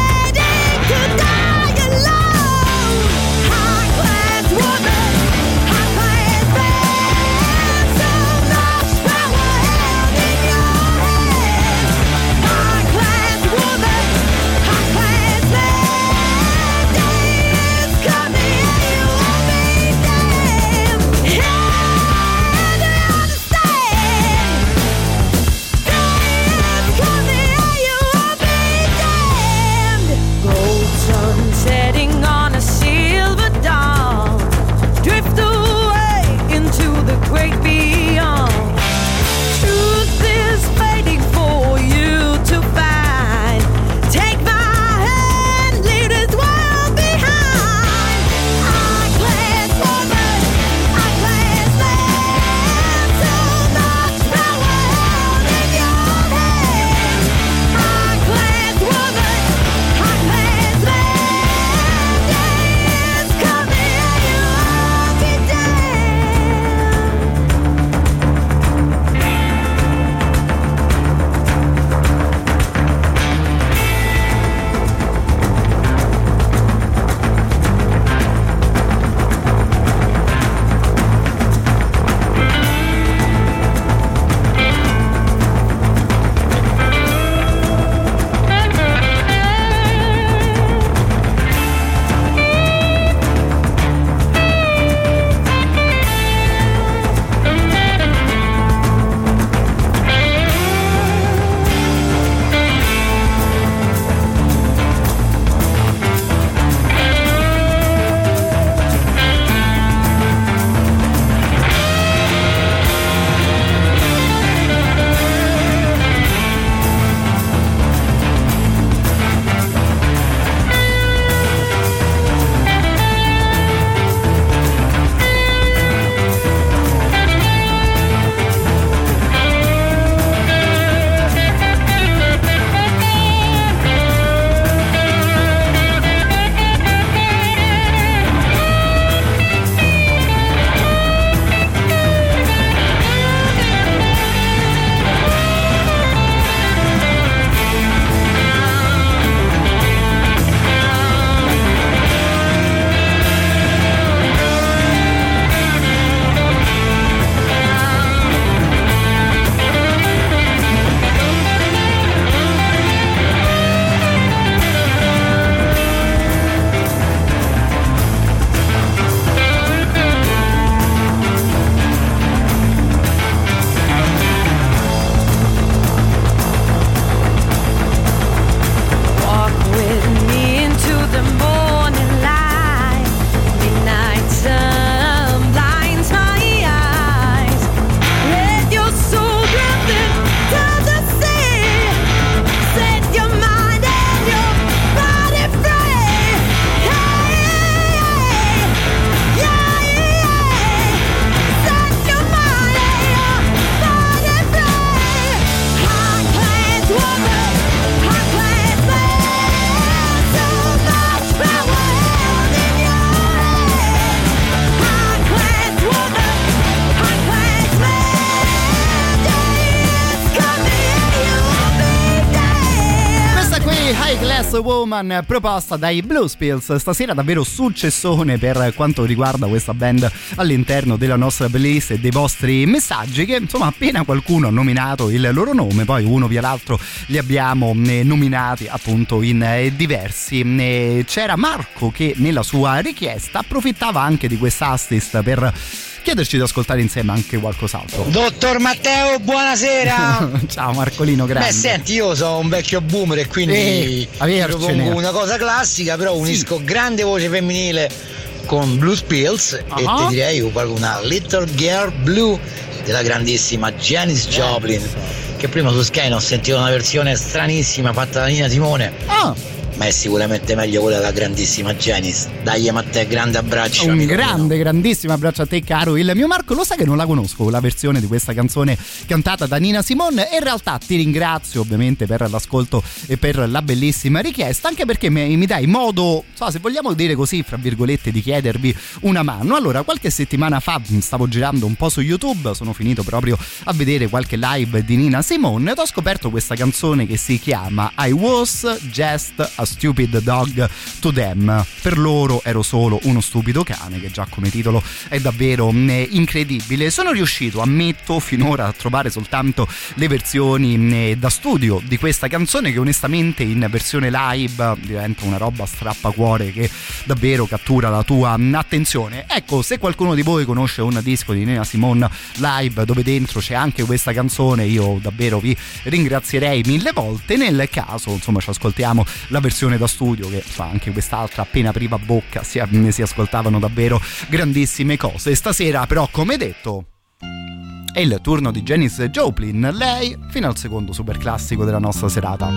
High Class Woman proposta dai Blue Spills. Stasera davvero successone per quanto riguarda questa band all'interno della nostra playlist e dei vostri messaggi, che insomma appena qualcuno ha nominato il loro nome, poi uno via l'altro li abbiamo nominati appunto in diversi. C'era Marco che nella sua richiesta approfittava anche di quest'assist per chiederci di ascoltare insieme anche qualcos'altro. Dottor Matteo, buonasera. Ciao Marcolino grande. Beh, senti, io sono un vecchio boomer e quindi ti propongo una cosa classica, però unisco grande voce femminile con Blue Spills e ti direi una Little Girl Blue della grandissima Janis Joplin, che prima su Sky ho sentito una versione stranissima fatta da Nina Simone. Ma è sicuramente meglio quella della grandissima Janis. Dai Matteo, grande abbraccio. Un grandissimo abbraccio a te caro il mio Marco. Lo sai che non la conosco la versione di questa canzone cantata da Nina Simone, e in realtà ti ringrazio ovviamente per l'ascolto e per la bellissima richiesta, anche perché mi dai modo, se vogliamo dire così, fra virgolette, di chiedervi una mano. Allora, qualche settimana fa stavo girando un po' su YouTube, sono finito proprio a vedere qualche live di Nina Simone ed ho scoperto questa canzone che si chiama I Was Just a Stupid Dog to Them. Per loro ero solo uno stupido cane, che già come titolo è davvero incredibile. Sono riuscito, ammetto, finora a trovare soltanto le versioni da studio di questa canzone, che onestamente in versione live diventa una roba strappacuore che davvero cattura la tua attenzione. Ecco, se qualcuno di voi conosce un disco di Nina Simone live dove dentro c'è anche questa canzone, io davvero vi ringrazierei mille volte. Nel caso, insomma, ci ascoltiamo la versione da studio, che anche quest'altra appena apriva bocca si ascoltavano davvero grandissime cose. Stasera però, come detto, è il turno di Janis Joplin, lei fino al secondo super classico della nostra serata.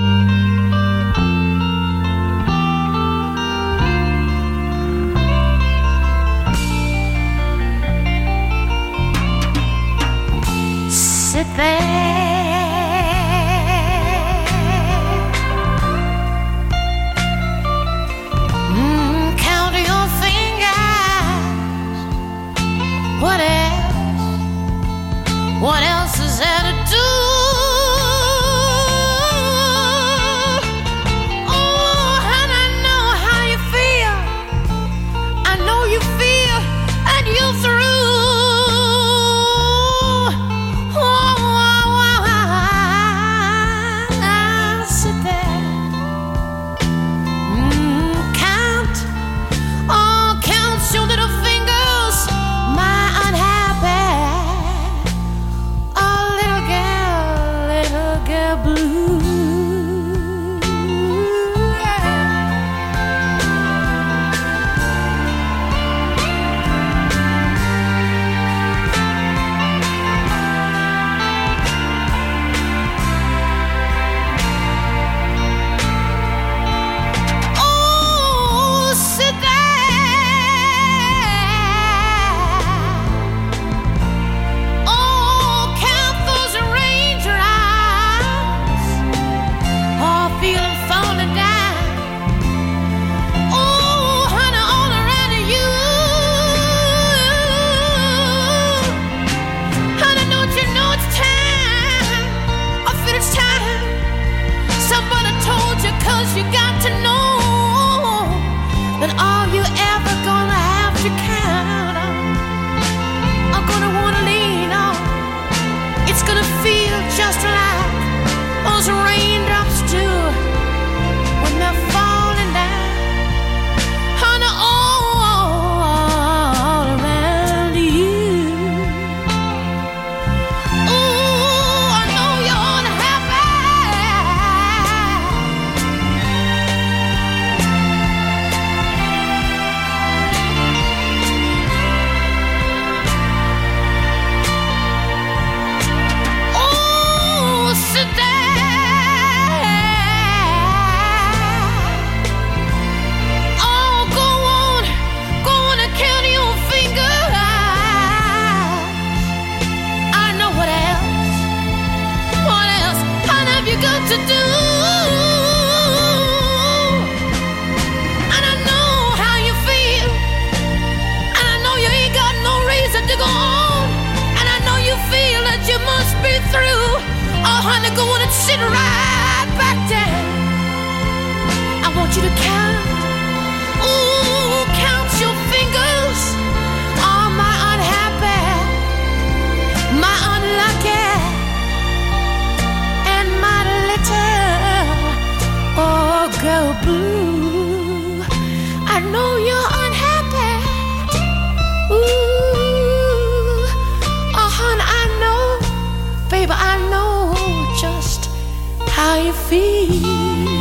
Sit there, count your fingers. What else is there to do? Oh, and I know how you feel. I know you feel, and you're through. You got to know that all you ever gonna have to count on, are gonna wanna lean on. It's gonna feel just like those raindrops do when they're falling down, honey, all around you. Ooh, I know you're unhappy. Got to do, and I know how you feel, and I know you ain't got no reason to go on, and I know you feel that you must be through. Oh honey, go on and sit right back down. I want you to count. Ooh, count your fingers. All my unhappy, my unlucky, and my little girl blue. I know you're unhappy. Ooh, hon, I know, baby, I know just how you feel.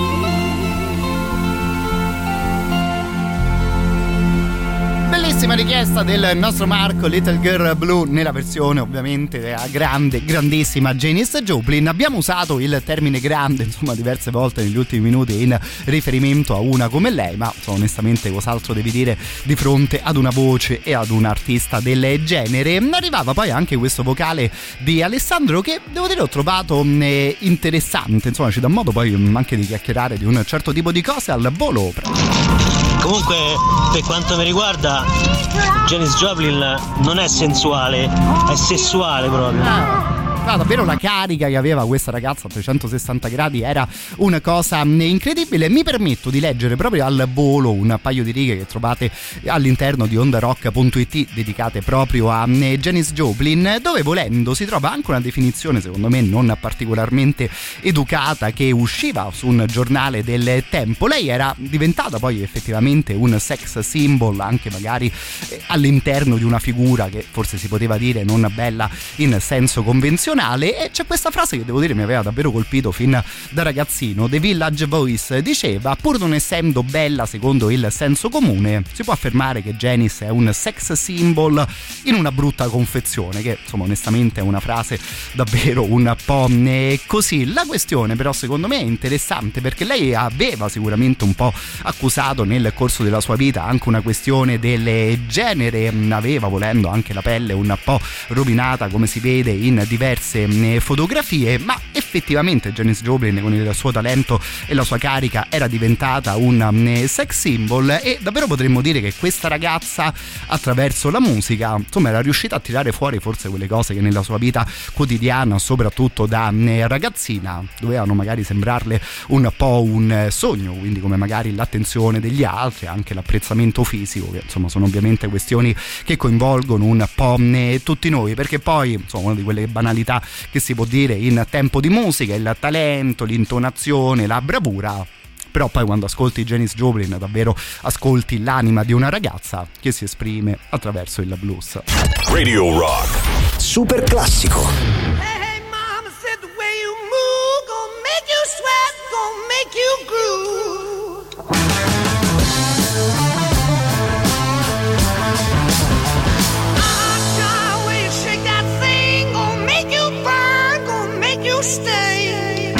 Bellissima richiesta del nostro Marco, Little Girl Blue, nella versione ovviamente della grandissima Janis Joplin. Abbiamo usato il termine grande insomma diverse volte negli ultimi minuti in riferimento a una come lei, ma insomma, onestamente cos'altro devi dire di fronte ad una voce e ad un artista del genere. Arrivava poi anche questo vocale di Alessandro che devo dire ho trovato interessante, insomma ci dà modo poi anche di chiacchierare di un certo tipo di cose al volo. Comunque, per quanto mi riguarda, Janis Joplin non è sensuale, è sessuale proprio. Davvero la carica che aveva questa ragazza a 360 gradi era una cosa incredibile. Mi permetto di leggere proprio al volo un paio di righe che trovate all'interno di ondarock.it dedicate proprio a Janis Joplin, dove volendo si trova anche una definizione secondo me non particolarmente educata che usciva su un giornale del tempo. Lei era diventata poi effettivamente un sex symbol anche magari all'interno di una figura che forse si poteva dire non bella in senso convenzionale. E c'è questa frase che devo dire mi aveva davvero colpito fin da ragazzino. The Village Voice diceva: pur non essendo bella secondo il senso comune, si può affermare che Janis è un sex symbol in una brutta confezione, che insomma onestamente è una frase davvero un po' così. La questione però secondo me è interessante perché lei aveva sicuramente un po' accusato nel corso della sua vita anche una questione del genere, aveva volendo anche la pelle un po' rovinata come si vede in diverse fotografie, ma effettivamente Janis Joplin con il suo talento e la sua carica era diventata un sex symbol e davvero potremmo dire che questa ragazza attraverso la musica insomma era riuscita a tirare fuori forse quelle cose che nella sua vita quotidiana, soprattutto da ragazzina, dovevano magari sembrarle un po' un sogno, quindi come magari l'attenzione degli altri, anche l'apprezzamento fisico, che insomma sono ovviamente questioni che coinvolgono un po' tutti noi, perché poi insomma una di quelle banalità che si può dire in tempo di musica, il talento, l'intonazione, la bravura, però poi quando ascolti Janis Joplin davvero ascolti l'anima di una ragazza che si esprime attraverso il blues. Radio Rock Super classico. Hey, mama said the way you move gonna make you sweat, gonna make you groove. Ah, way you shake that thing gonna make you burn, gonna make you stay.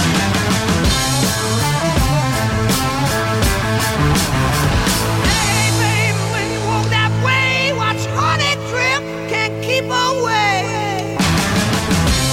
Hey, baby, when you walk that way, watch honey drip, can't keep away.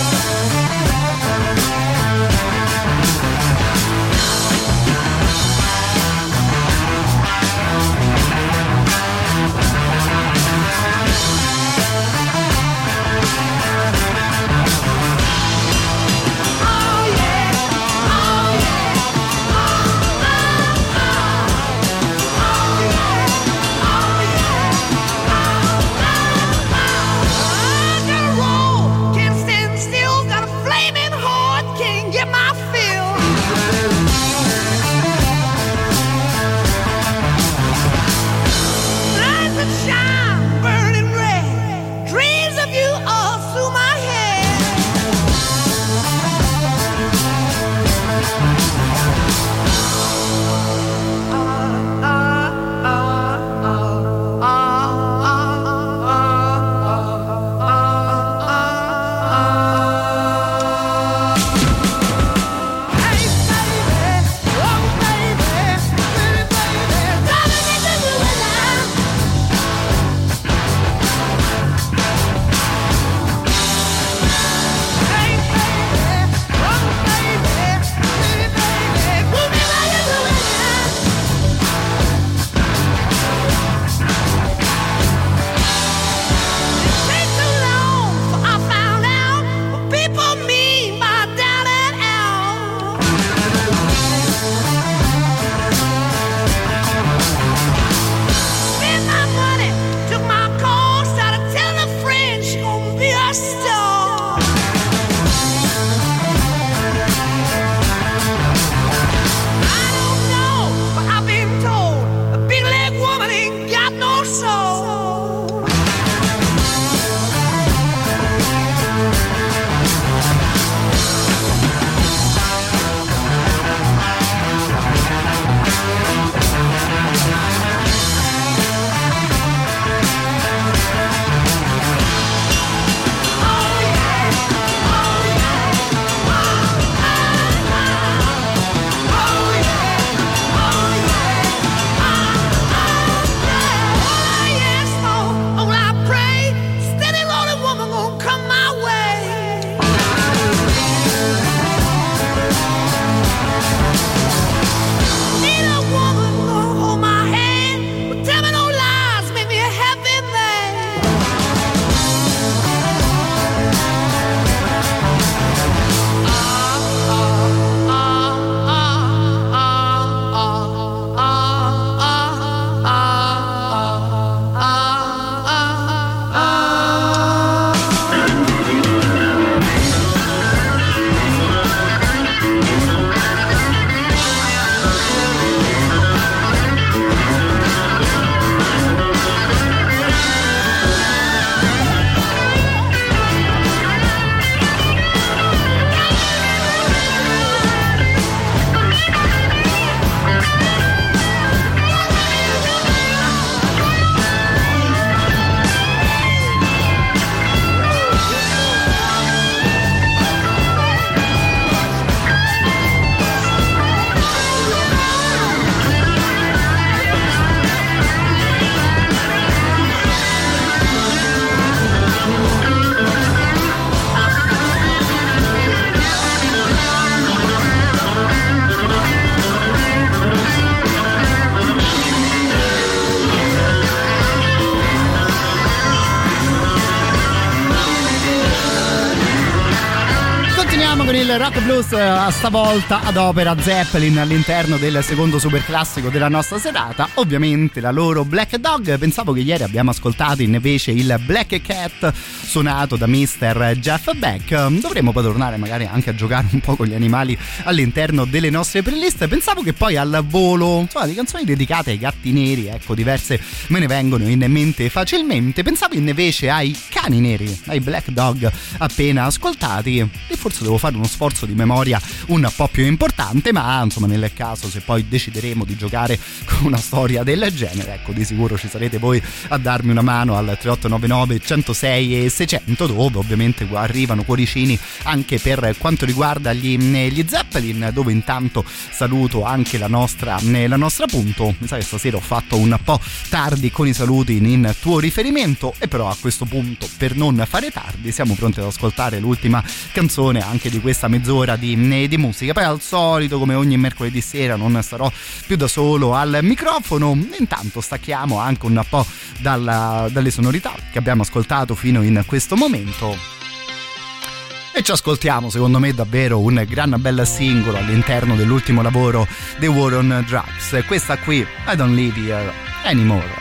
il rock blues stavolta ad opera Zeppelin all'interno del secondo superclassico della nostra serata, ovviamente la loro Black Dog. Pensavo che ieri abbiamo ascoltato invece il Black Cat suonato da Mr. Jeff Beck. Dovremmo poi tornare magari anche a giocare un po' con gli animali all'interno delle nostre playlist. Pensavo che poi al volo, insomma, di canzoni dedicate ai gatti neri, ecco, diverse me ne vengono in mente facilmente. Pensavo invece ai cani neri, ai Black Dog appena ascoltati, e forse devo fare uno sforzo di memoria un po' più importante, ma insomma nel caso se poi decideremo di giocare con una storia del genere, ecco, di sicuro ci sarete voi a darmi una mano al 3899 106 e 600, dove ovviamente arrivano cuoricini anche per quanto riguarda gli Zeppelin, dove intanto saluto anche la nostra Punto. Mi sa che stasera ho fatto un po' tardi con i saluti in tuo riferimento, e però a questo punto, per non fare tardi, siamo pronti ad ascoltare l'ultima canzone anche di questa mezz'ora di musica. Poi al solito, come ogni mercoledì sera, non sarò più da solo al microfono. Intanto stacchiamo anche un po' dalle sonorità che abbiamo ascoltato fino in questo momento e ci ascoltiamo, secondo me, davvero un gran bel singolo all'interno dell'ultimo lavoro dei War on Drugs. Questa qui, I Don't Live Here Anymore.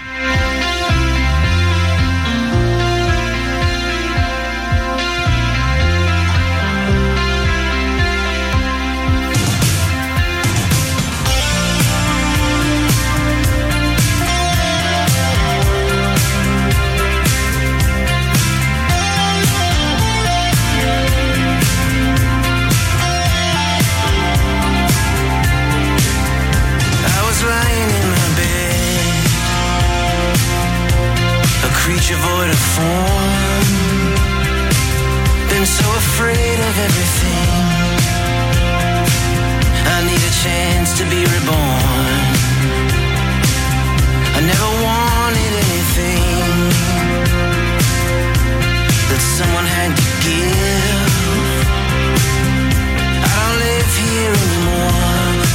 Creature void of form, been so afraid of everything. I need a chance to be reborn. I never wanted anything that someone had to give. I don't live here anymore.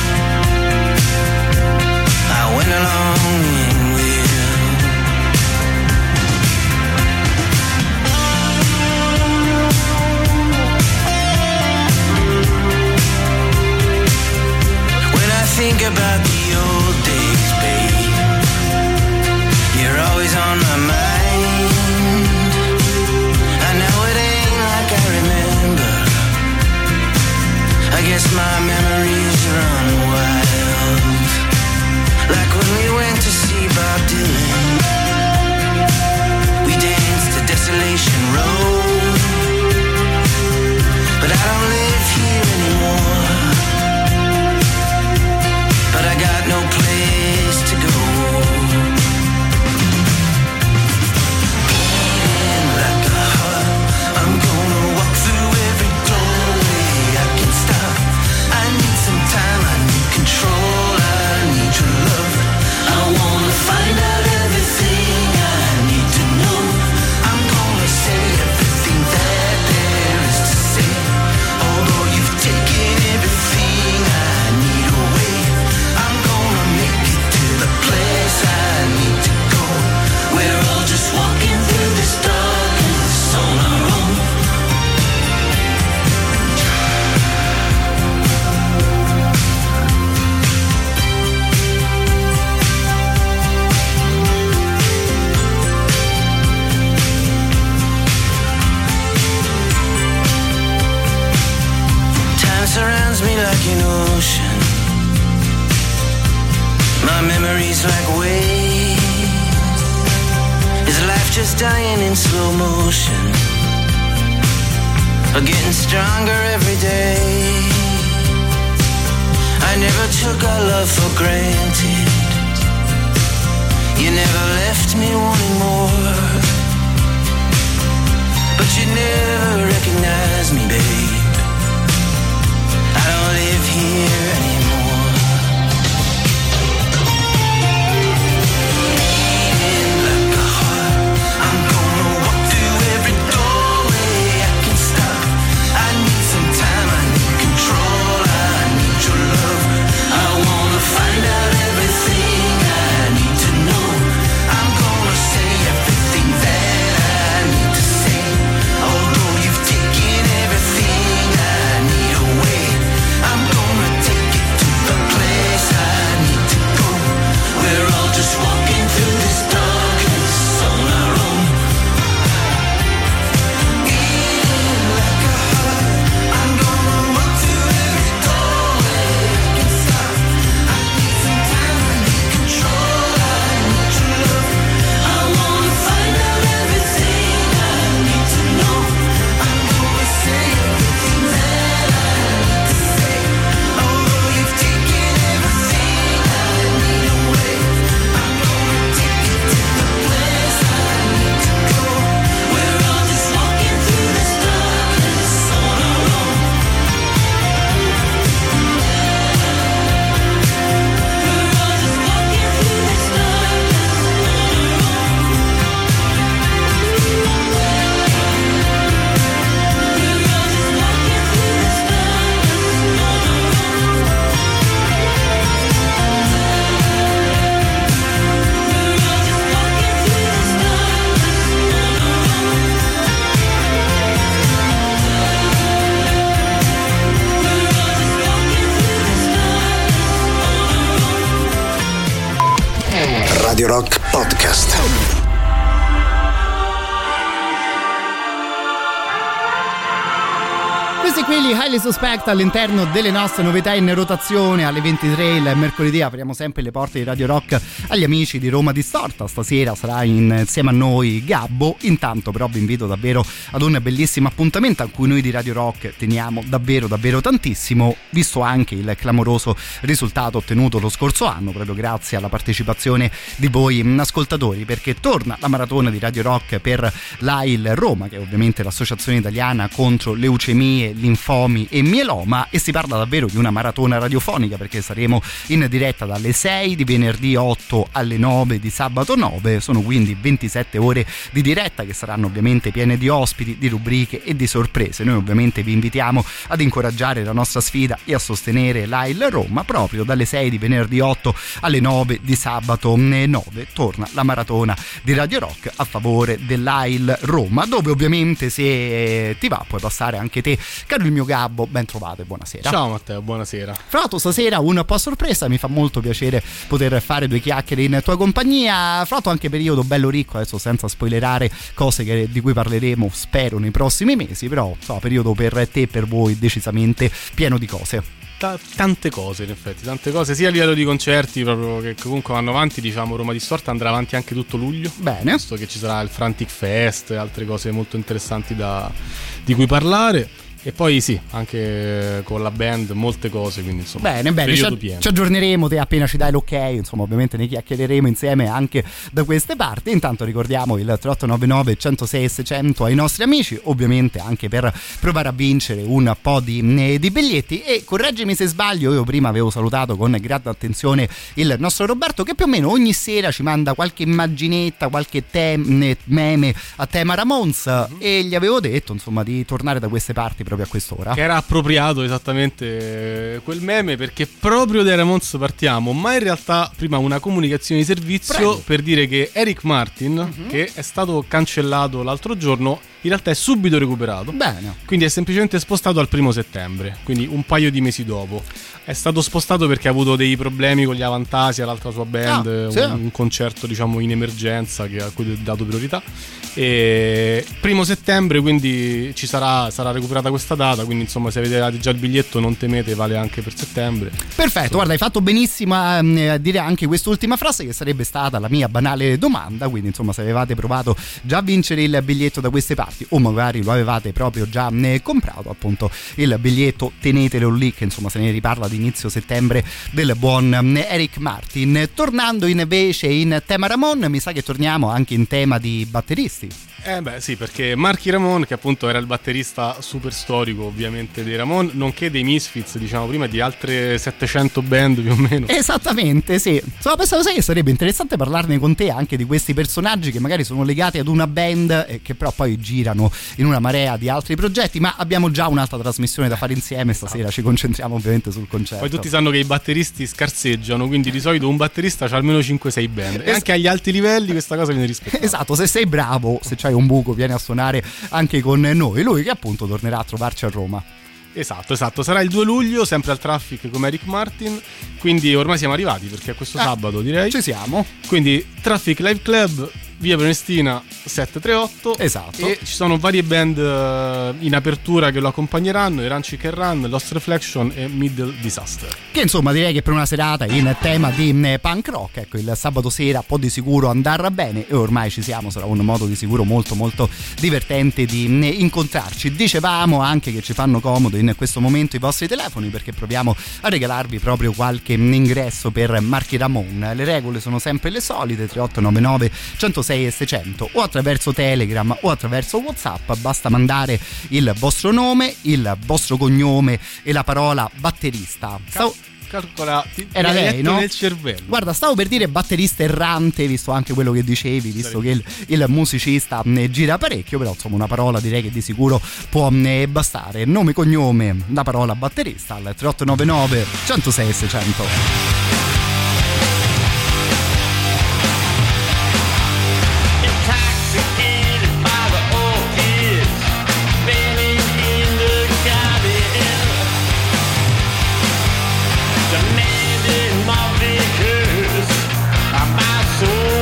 I went along with you. Think about the old days, babe. You're always on my mind. I know it ain't like I remember. I guess my memories run wild. Like when we went to see Bob Dylan. We danced to Desolation Road. But I don't live here anymore. But I got no place to go. Beating like a heart, I'm gonna walk through every doorway I can stop. I need some time, I need control, I need your love. I wanna find out everything I need to know. I'm gonna say everything that there is to say. Although you've taken everything I need away, the place I need to go. We're all just walking through this darkness on our own. Time surrounds me like an ocean. My memories like waves. Is life just dying in slow motion, or getting stronger every day? I never took our love for granted. You never left me wanting more. But you never recognized me, babe. I don't live here anymore. Find out everything I need to know. I'm gonna say everything that I need to say. Although you've taken everything Radio Rock Podcast. Questi qui gli Highly Suspect all'interno delle nostre novità in rotazione. Alle 23 il mercoledì apriamo sempre le porte di Radio Rock agli amici di Roma Distorta. Stasera sarà insieme a noi Gabbo. Intanto però vi invito davvero ad un bellissimo appuntamento a cui noi di Radio Rock teniamo davvero tantissimo, visto anche il clamoroso risultato ottenuto lo scorso anno, proprio grazie alla partecipazione di voi ascoltatori, perché torna la maratona di Radio Rock per l'AIL Roma, che è ovviamente l'associazione italiana contro leucemie, linfomi e mieloma, e si parla davvero di una maratona radiofonica, perché saremo in diretta dalle 6 di venerdì 8 alle 9 di sabato 9. Sono quindi 27 ore di diretta che saranno ovviamente piene di ospiti, di rubriche e di sorprese. Noi ovviamente vi invitiamo ad incoraggiare la nostra sfida e a sostenere l'AIL Roma. Proprio dalle 6 di venerdì 8 alle 9 di sabato 9 torna la maratona di Radio Rock a favore dell'AIL Roma, dove ovviamente se ti va puoi passare anche te, caro il mio Gabbo. Ben trovato e buonasera. Ciao Matteo, buonasera. Fra l'altro stasera un po' a sorpresa, mi fa molto piacere poter fare due chiacchiere in tua compagnia. Fra l'altro anche periodo bello ricco, adesso senza spoilerare cose di cui parleremo spero nei prossimi mesi, però insomma, periodo per te e per voi decisamente pieno di cose. Tante cose in effetti, tante cose sia a livello di concerti proprio che comunque vanno avanti, diciamo Roma Distorta andrà avanti anche tutto luglio. Bene. Visto che ci sarà il Frantic Fest e altre cose molto interessanti di cui parlare. E poi sì, anche con la band molte cose, quindi insomma bene, ci aggiorneremo te appena ci dai l'ok, insomma ovviamente ne chiacchiereremo insieme anche da queste parti. Intanto ricordiamo il 3899 106 600 ai nostri amici, ovviamente anche per provare a vincere un po' di biglietti. E correggimi se sbaglio, io prima avevo salutato con grande attenzione il nostro Roberto, che più o meno ogni sera ci manda qualche immaginetta, qualche meme a tema Ramones, e gli avevo detto insomma di tornare da queste parti proprio a quest'ora, che era appropriato esattamente quel meme, perché proprio dai Ramones partiamo, ma in realtà prima una comunicazione di servizio per dire che Eric Martin, che è stato cancellato l'altro giorno, in realtà è subito recuperato. Bene. Quindi è semplicemente spostato al 1 settembre, quindi un paio di mesi dopo. È stato spostato perché ha avuto dei problemi con gli Avantasia, l'altra sua band, un concerto diciamo in emergenza a cui è dato priorità. E 1 settembre quindi sarà recuperata questa data, quindi insomma se avete già il biglietto non temete, vale anche per settembre. Perfetto, guarda, hai fatto benissimo a dire anche quest'ultima frase, che sarebbe stata la mia banale domanda. Quindi insomma se avevate provato già a vincere il biglietto da queste parti, o magari lo avevate proprio già comprato appunto il biglietto, tenetelo lì, che insomma se ne riparla di inizio settembre del buon Eric Martin. Tornando invece in tema Ramon, mi sa che torniamo anche in tema di batteristi. Sì, perché Marky Ramone, che appunto era il batterista super storico ovviamente dei Ramone, nonché dei Misfits, diciamo prima, di altre 700 band più o meno. Esattamente, sì. Insomma, pensavo che sarebbe interessante parlarne con te anche di questi personaggi che magari sono legati ad una band e che però poi girano in una marea di altri progetti, ma abbiamo già un'altra trasmissione da fare insieme stasera, ci concentriamo ovviamente sul concerto. Poi tutti sanno che i batteristi scarseggiano, quindi di solito un batterista c'ha almeno 5-6 band, e anche agli alti livelli questa cosa viene rispettata. Esatto, se sei bravo, se c'hai un buco, vieni a suonare anche con noi. Lui che appunto tornerà a trovarci a Roma. Esatto, sarà il 2 luglio sempre al Traffic come Eric Martin, quindi ormai siamo arrivati, perché è questo sabato direi. Ci siamo. Quindi Traffic Live Club, via Prenestina 738. Esatto. E ci sono varie band in apertura che lo accompagneranno: i Ranchi Can Run, Lost Reflection e Middle Disaster. Che insomma direi che per una serata in tema di punk rock, ecco, il sabato sera può di sicuro andare bene, e ormai ci siamo, sarà un modo di sicuro molto molto divertente di incontrarci. Dicevamo anche che ci fanno comodo in questo momento i vostri telefoni, perché proviamo a regalarvi proprio qualche ingresso per Marky Ramone. Le regole sono sempre le solite: 3899 106 e 600, o attraverso Telegram o attraverso WhatsApp. Basta mandare il vostro nome, il vostro cognome e la parola batterista. Calcola, era lei, no? Nel cervello. Guarda, stavo per dire batterista errante, visto anche quello che dicevi, visto che il musicista gira parecchio, però insomma una parola direi che di sicuro può bastare. Nome, cognome, la parola batterista al 3899 106 600. My soul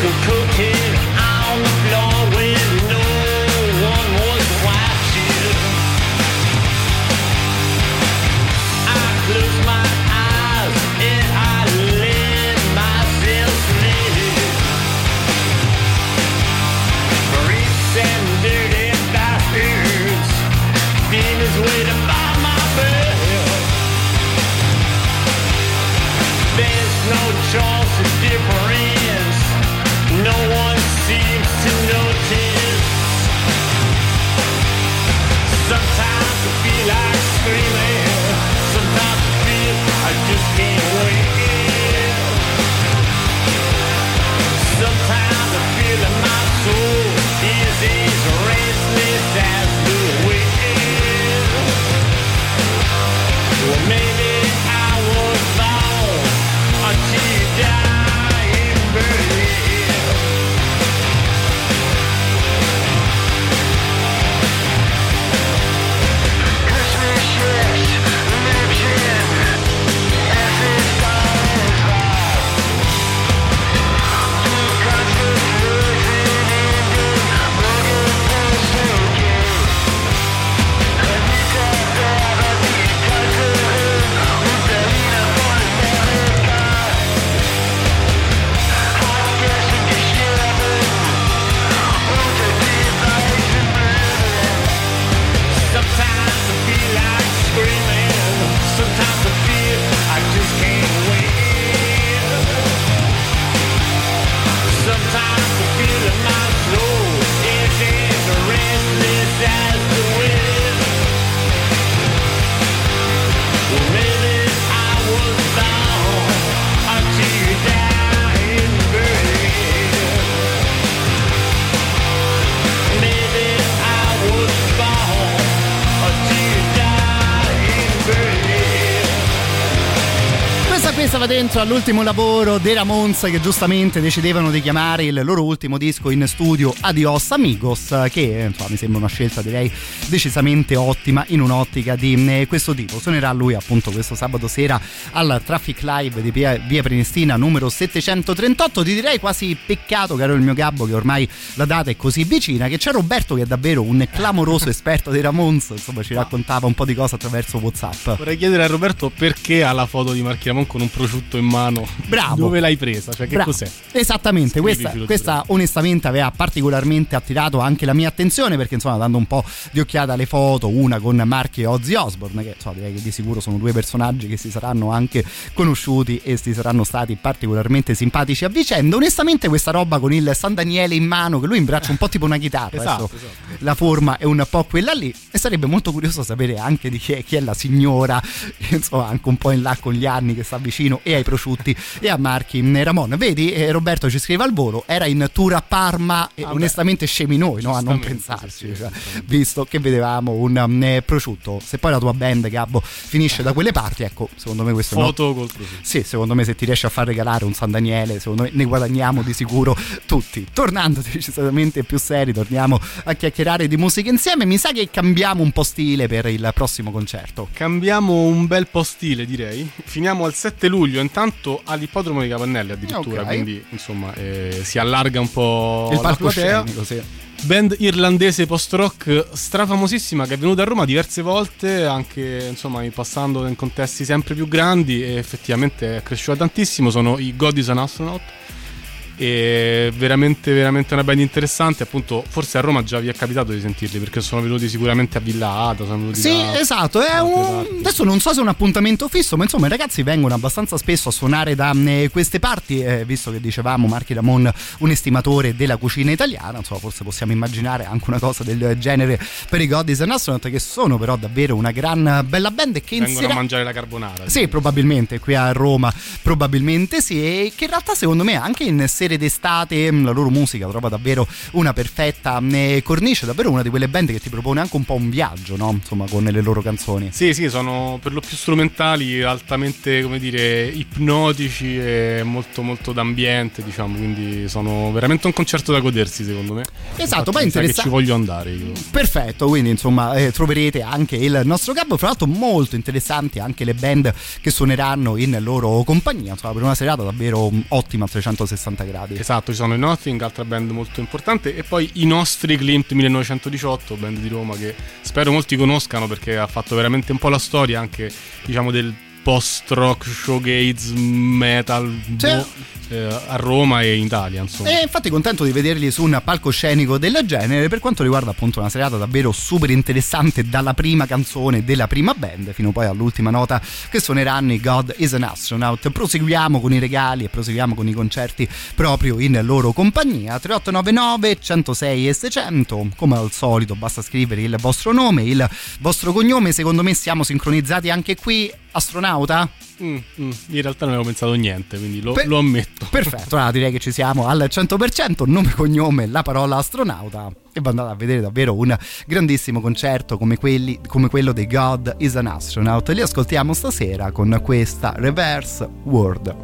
cooking on the floor when no one was watching. I close my eyes and I let myself sleep. Rich and dirty bastards, demons waiting by my bed. There's no choice of difference, no one seems to notice. Sometimes I feel like screaming, sometimes I feel I just can't wait. Sometimes I feel that my soul is as restless as the wind. Well, maybe I was born until you die in Berlin. Christmas ships, religion, as it started by. Two countries losing England, broken person again. And we got there, but we got to him, who Berliner von America. I guess we can share them, who the device in Berlin. Sometimes I feel like screaming, sometimes I feel I just can't wait. Sometimes I feel that my soul is as restless as the wind. Well, maybe I was born until you die in Berlin. Maybe I was born until you die in Berlin. Questa qui stava dentro all'ultimo lavoro dei Ramones, che giustamente decidevano di chiamare il loro ultimo disco in studio Adios Amigos, che insomma mi sembra una scelta direi decisamente ottima in un'ottica di questo tipo. Suonerà lui appunto questo sabato sera al Traffic Live di via Prenestina numero 738. Ti direi quasi peccato, caro il mio Gabbo, che ormai la data è così vicina, che c'è Roberto che è davvero un clamoroso esperto dei Ramones, insomma ci raccontava un po' di cose attraverso WhatsApp. Vorrei chiedere a Roberto perché ha la foto di Marchi Ramon con un prosciutto in mano. Bravo. Dove l'hai presa? Cioè, che Bravo. cos'è? Esattamente, questa onestamente aveva particolarmente attirato anche la mia attenzione, perché insomma dando un po' di occhiata alle foto, una con Marchi e Ozzy Osbourne, che insomma direi che di sicuro sono due personaggi che si saranno anche conosciuti e si saranno stati particolarmente simpatici a vicenda. Onestamente questa roba con il San Daniele in mano, che lui imbraccia un po' tipo una chitarra, Esatto. la forma è un po' quella lì, e sarebbe molto curioso sapere anche di chi è la signora, insomma anche un po' in là con gli anni, che sta vicino e ai prosciutti e a Marchi Ramon. Vedi, Roberto ci scrive al volo, era in tour a Parma e onestamente scemi noi, no, a non pensarci, cioè, visto che vedevamo un prosciutto. Se poi la tua band, Gabbo, finisce da quelle parti, ecco, secondo me questo foto col prosciutto. Sì, secondo me se ti riesci a far regalare un San Daniele, secondo me ne guadagniamo di sicuro tutti. Tornando decisamente più seri, torniamo a chiacchierare di musica insieme. Mi sa che cambiamo un po' stile per il prossimo concerto. Cambiamo un bel po' stile, direi. Finiamo al 7 luglio, intanto all'Ippodromo di Capannelle addirittura, quindi insomma si allarga un po' il la palcoscenico, sì. Band irlandese post-rock strafamosissima che è venuta a Roma diverse volte, anche insomma passando in contesti sempre più grandi, e effettivamente è cresciuta tantissimo. Sono i God is an Astronaut, e veramente una band interessante. Appunto, forse a Roma già vi è capitato di sentirli, perché sono venuti sicuramente a Villa Ada, sono venuti sì, esatto, è adesso non so se è un appuntamento fisso, ma insomma i ragazzi vengono abbastanza spesso a suonare da queste parti, visto che dicevamo Marchi Ramon un estimatore della cucina italiana, insomma forse possiamo immaginare anche una cosa del genere per i God is an Astronaut, che sono però davvero una gran bella band e che vengono a mangiare la carbonara. Sì, probabilmente qui a Roma, probabilmente sì, e che in realtà secondo me anche in serie d'estate la loro musica trova davvero una perfetta cornice, davvero una di quelle band che ti propone anche un po' un viaggio, no? Insomma, con le loro canzoni. Sì, sono per lo più strumentali, altamente, come dire, ipnotici e molto d'ambiente, diciamo, quindi sono veramente un concerto da godersi, secondo me. Esatto, poi interessante. Che ci voglio andare io. Perfetto, quindi insomma troverete anche il nostro capo. Fra l'altro molto interessanti anche le band che suoneranno in loro compagnia, insomma, per una serata davvero ottima a 360 gradi. gradi. Esatto, ci sono i Nothing, altra band molto importante, e poi i nostri Klimt 1918, band di Roma che spero molti conoscano perché ha fatto veramente un po' la storia anche, diciamo, del post-rock, showgaze, metal a Roma e in Italia, insomma. E infatti contento di vederli su un palcoscenico del genere, per quanto riguarda appunto una serata davvero super interessante, dalla prima canzone della prima band fino poi all'ultima nota che suoneranno i God is an Astronaut. Proseguiamo con i regali e proseguiamo con i concerti proprio in loro compagnia. 3899 106 e 600, come al solito basta scrivere il vostro nome, il vostro cognome. Secondo me siamo sincronizzati anche qui, astronauta? In realtà non avevo pensato niente, quindi lo ammetto. Perfetto, allora direi che ci siamo al 100%, nome, cognome, la parola astronauta, e andate a vedere davvero un grandissimo concerto come quello dei God is an Astronaut. Li ascoltiamo stasera con questa Reverse World.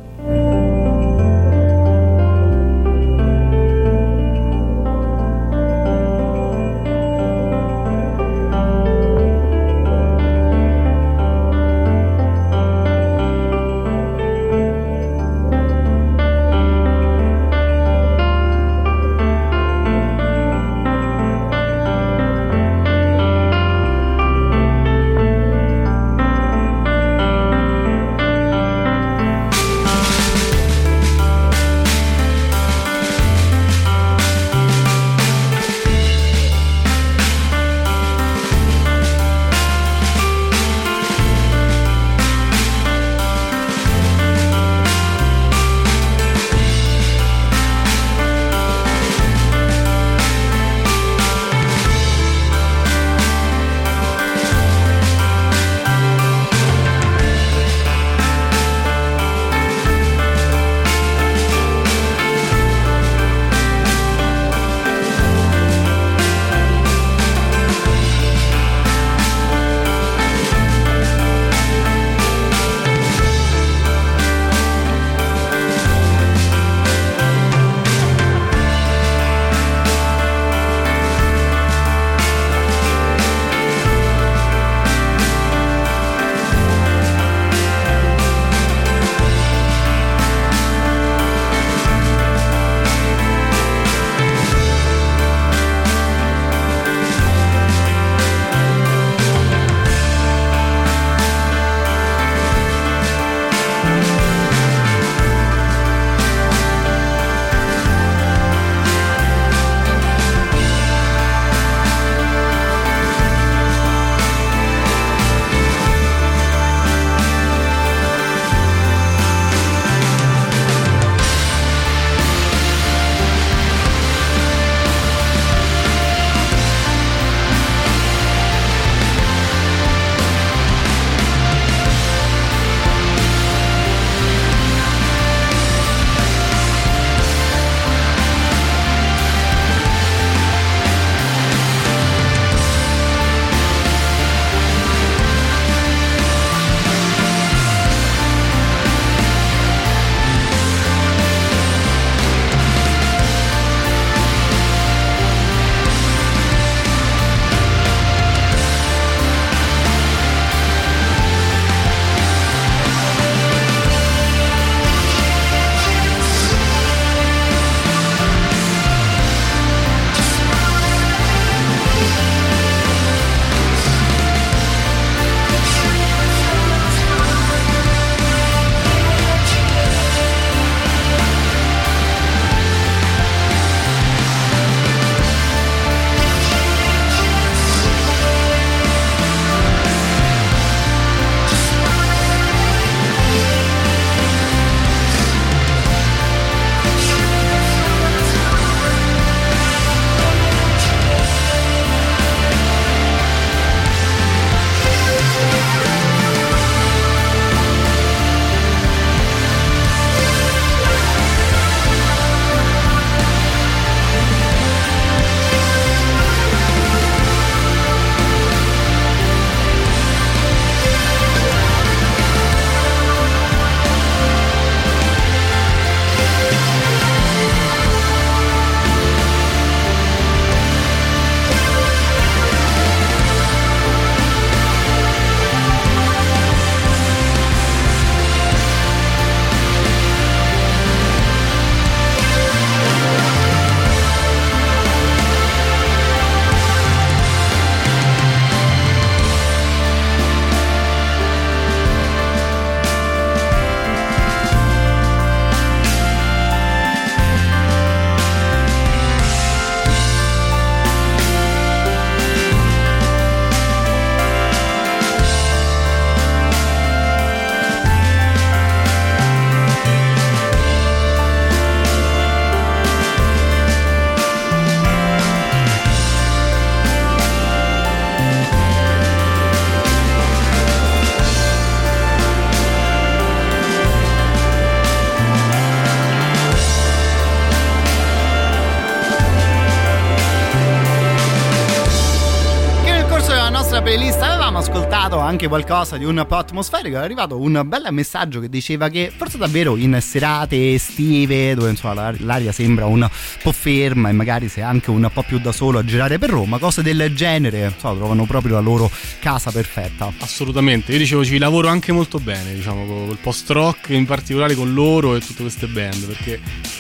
nostra playlist avevamo ascoltato anche qualcosa di un po' atmosferico. È arrivato un bel messaggio che diceva che forse davvero in serate estive, dove insomma l'aria sembra un po' ferma e magari sei anche un po' più da solo a girare per Roma, cose del genere trovano proprio la loro casa perfetta. Assolutamente, io dicevo ci lavoro anche molto bene, diciamo, col post-rock, in particolare con loro e tutte queste band, perché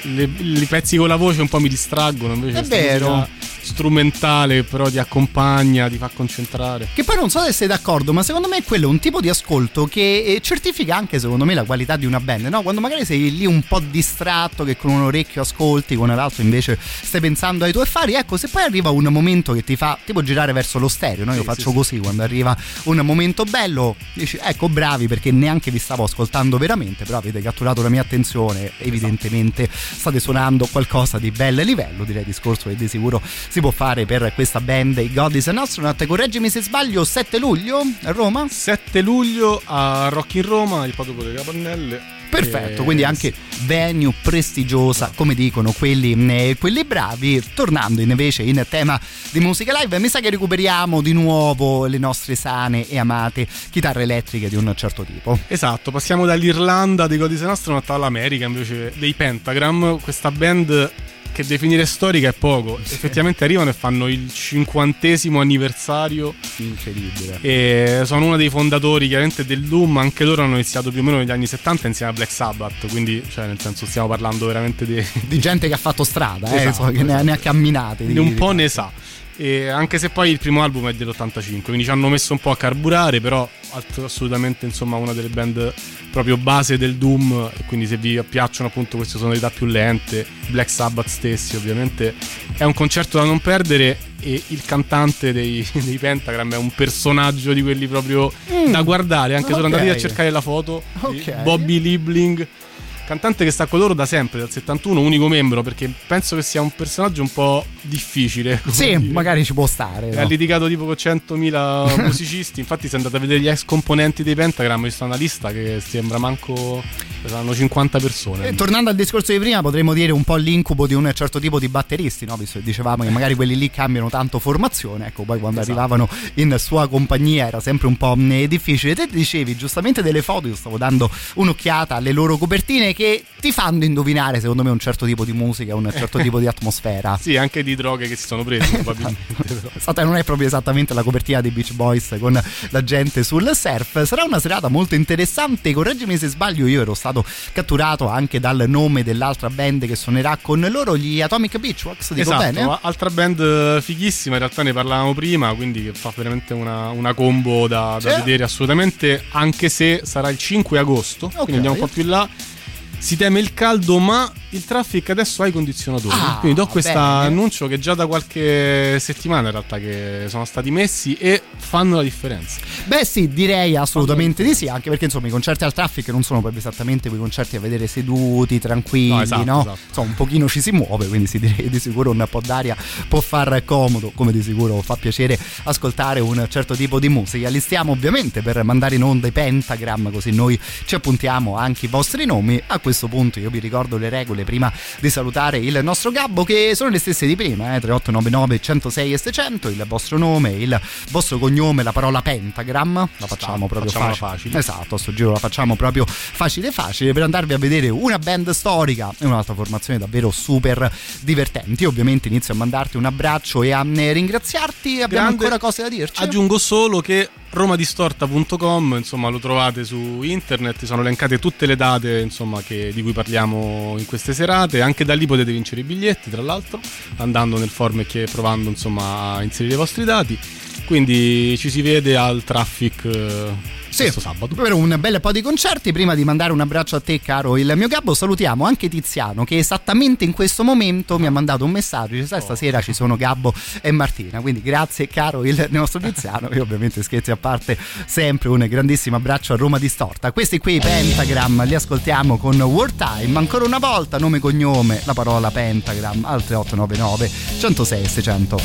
i pezzi con la voce un po' mi distraggono, invece è vero, strumentale però ti accompagna, ti fa concentrare. Che poi non so se sei d'accordo, ma secondo me quello è un tipo di ascolto che certifica anche secondo me la qualità di una band, no? Quando magari sei lì un po' distratto, che con un orecchio ascolti, con l'altro invece stai pensando ai tuoi affari, ecco, se poi arriva un momento che ti fa tipo girare verso lo stereo, no? Io faccio così quando arriva un momento bello, dici ecco bravi, perché neanche vi stavo ascoltando veramente, però avete catturato la mia attenzione, evidentemente state suonando qualcosa di bel livello, direi, discorso che di sicuro si può fare per questa band, i God is an Astronaut. Correggimi se sbaglio, 7 luglio a Roma? 7 luglio a Rock in Roma, il Pado delle Capannelle. Perfetto, quindi anche venue prestigiosa, come dicono quelli bravi. Tornando invece in tema di musica live, mi sa che recuperiamo di nuovo le nostre sane e amate chitarre elettriche di un certo tipo. Esatto, passiamo dall'Irlanda dei God is an Astronaut all'America invece dei Pentagram, questa band che definire storica è poco, effettivamente arrivano e fanno il 50° anniversario, incredibile, e sono uno dei fondatori chiaramente del Doom. Anche loro hanno iniziato più o meno negli anni 70 insieme a Black Sabbath, quindi cioè nel senso stiamo parlando veramente di gente che ha fatto strada, esatto, che ne ha camminate, un po' ne sa. E anche se poi il primo album è dell'85, quindi ci hanno messo un po' a carburare, però assolutamente insomma una delle band proprio base del Doom, e quindi se vi piacciono appunto queste sonorità più lente, Black Sabbath stessi ovviamente, è un concerto da non perdere. E il cantante dei Pentagram è un personaggio di quelli proprio da guardare, anche sono andati a cercare la foto di Bobby Liebling, cantante che sta con loro da sempre, dal 71, unico membro, perché penso che sia un personaggio un po' difficile. Sì, dire. Magari ci può stare. Ha litigato tipo con 100.000 musicisti. Infatti se andate a vedere gli ex componenti dei Pentagram, ci sta una lista che sembra manco, saranno 50 persone. Tornando al discorso di prima, potremmo dire un po' l'incubo di un certo tipo di batteristi, no? Visto che dicevamo che magari quelli lì cambiano tanto formazione, ecco, poi quando arrivavano in sua compagnia era sempre un po' difficile. Te dicevi giustamente delle foto, io stavo dando un'occhiata alle loro copertine che ti fanno indovinare secondo me un certo tipo di musica, un certo tipo di atmosfera. Sì, anche di droghe che si sono prese probabilmente. Non è proprio esattamente la copertina dei Beach Boys con la gente sul surf. Sarà una serata molto interessante, correggimi se sbaglio, io ero stato catturato anche dal nome dell'altra band che suonerà con loro, gli Atomic Beachwax, dico esatto, bene? Altra band fighissima, in realtà ne parlavamo prima, quindi che fa veramente una combo da vedere assolutamente, anche se sarà il 5 agosto, quindi andiamo un po' più in là. Si teme il caldo, ma il traffic adesso ha i condizionatori, quindi do questo annuncio che già da qualche settimana in realtà che sono stati messi e fanno la differenza. Beh sì, direi assolutamente di sì, anche perché insomma i concerti al traffic non sono proprio esattamente quei concerti a vedere seduti, tranquilli, no? Esatto. Insomma un pochino ci si muove, quindi si direi di sicuro un po' d'aria può far comodo, come di sicuro fa piacere ascoltare un certo tipo di musica. Li stiamo ovviamente per mandare in onda i Pentagram, così noi ci appuntiamo anche i vostri nomi. A questo punto io vi ricordo le regole prima di salutare il nostro Gabbo, che sono le stesse di prima, 3899 106 e 600, il vostro nome, il vostro cognome, la parola Pentagram, la facciamo proprio facile. Esatto, a sto giro la facciamo proprio facile per andarvi a vedere una band storica e un'altra formazione davvero super divertenti. Io ovviamente inizio a mandarti un abbraccio e a ringraziarti. Abbiamo ancora cose da dirci? Aggiungo solo che romadistorta.com, insomma, lo trovate su internet, sono elencate tutte le date, insomma, di cui parliamo in queste serate. Anche da lì potete vincere i biglietti, tra l'altro, andando nel form e provando, insomma, a inserire i vostri dati. Quindi ci si vede al Traffic questo sabato per un bel po' di concerti. Prima di mandare un abbraccio a te, caro il mio Gabbo, salutiamo anche Tiziano, che esattamente in questo momento mi ha mandato un messaggio, dice sai stasera ci sono Gabbo e Martina, quindi grazie caro il nostro Tiziano. E ovviamente scherzi a parte, sempre un grandissimo abbraccio a Roma Distorta. Questi qui Pentagram li ascoltiamo con Wartime, ancora una volta nome e cognome, la parola Pentagram al 3899 106 600.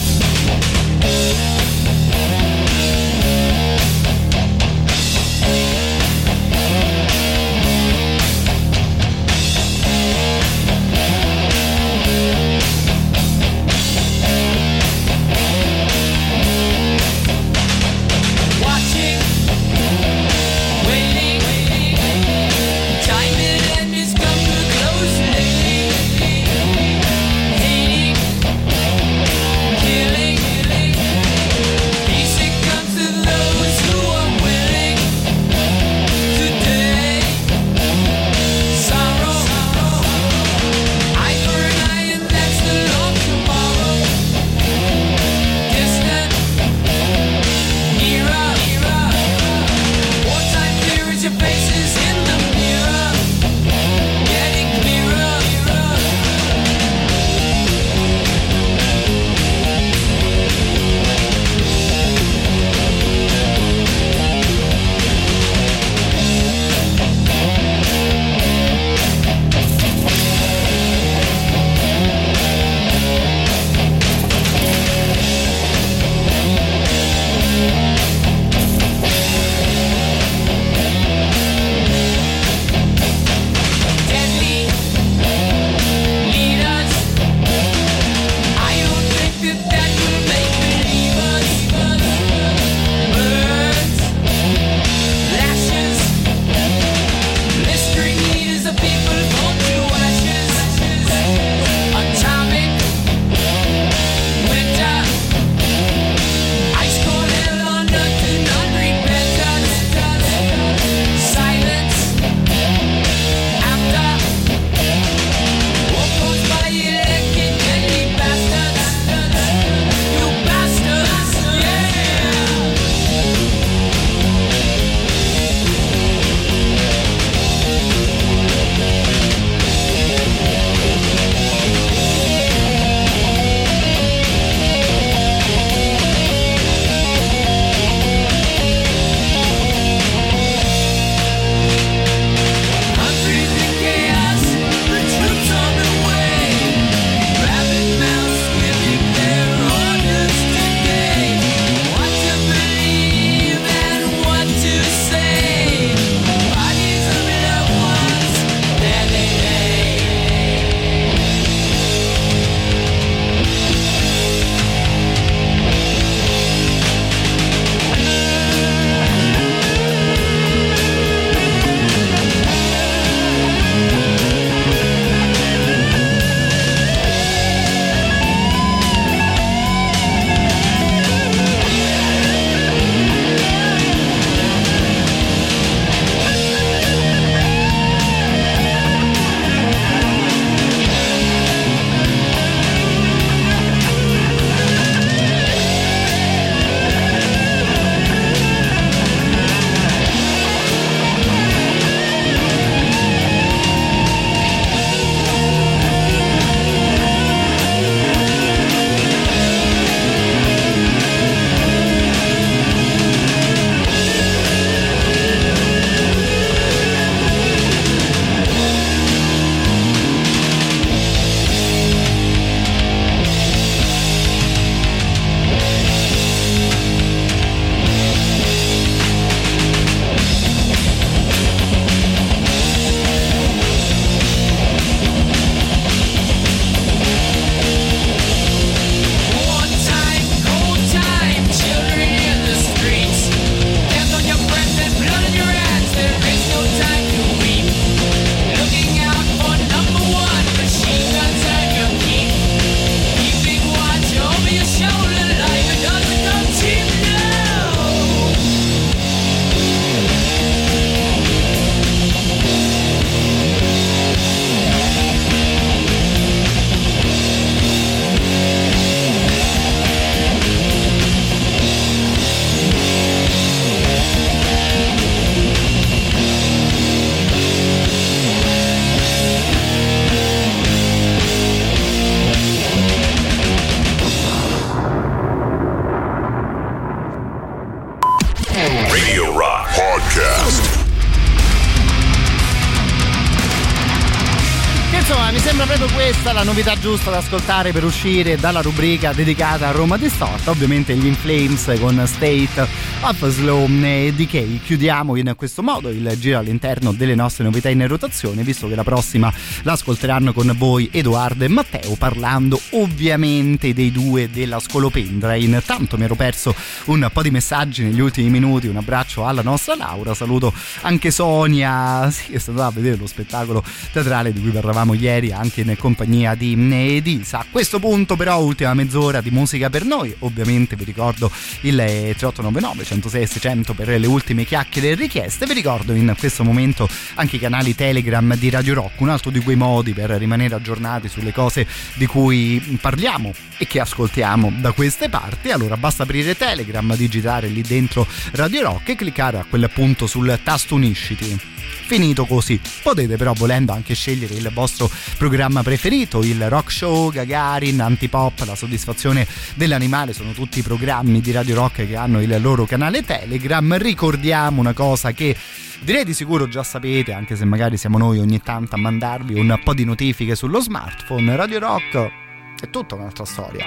Questa è la novità giusta da ascoltare per uscire dalla rubrica dedicata a Roma Distorta, ovviamente gli In Flames con State of Slow Decay. Chiudiamo in questo modo il giro all'interno delle nostre novità in rotazione, visto che la prossima l'ascolteranno con voi Edoardo e Matteo, parlando ovviamente dei due della Scolopendra. Intanto mi ero perso un po' di messaggi negli ultimi minuti, un abbraccio alla nostra Laura, saluto anche Sonia, sì, è stata a vedere lo spettacolo teatrale di cui parlavamo ieri anche in compagnia di Edisa. A questo punto però ultima mezz'ora di musica per noi, ovviamente vi ricordo il 3899 106 600 per le ultime chiacchiere e richieste. Vi ricordo in questo momento anche i canali Telegram di Radio Rock, un altro di quei modi per rimanere aggiornati sulle cose di cui parliamo e che ascoltiamo da queste parti. Allora basta aprire Telegram, digitare lì dentro Radio Rock e cliccare a quel punto sul tasto unisciti. Finito così. Potete però, volendo, anche scegliere il vostro programma preferito, il Rock Show, Gagarin, Antipop, La Soddisfazione dell'Animale, sono tutti programmi di Radio Rock che hanno il loro canale Telegram. Ricordiamo una cosa che direi di sicuro già sapete, anche se magari siamo noi ogni tanto a mandarvi un po' di notifiche sullo smartphone. Radio Rock è tutta un'altra storia.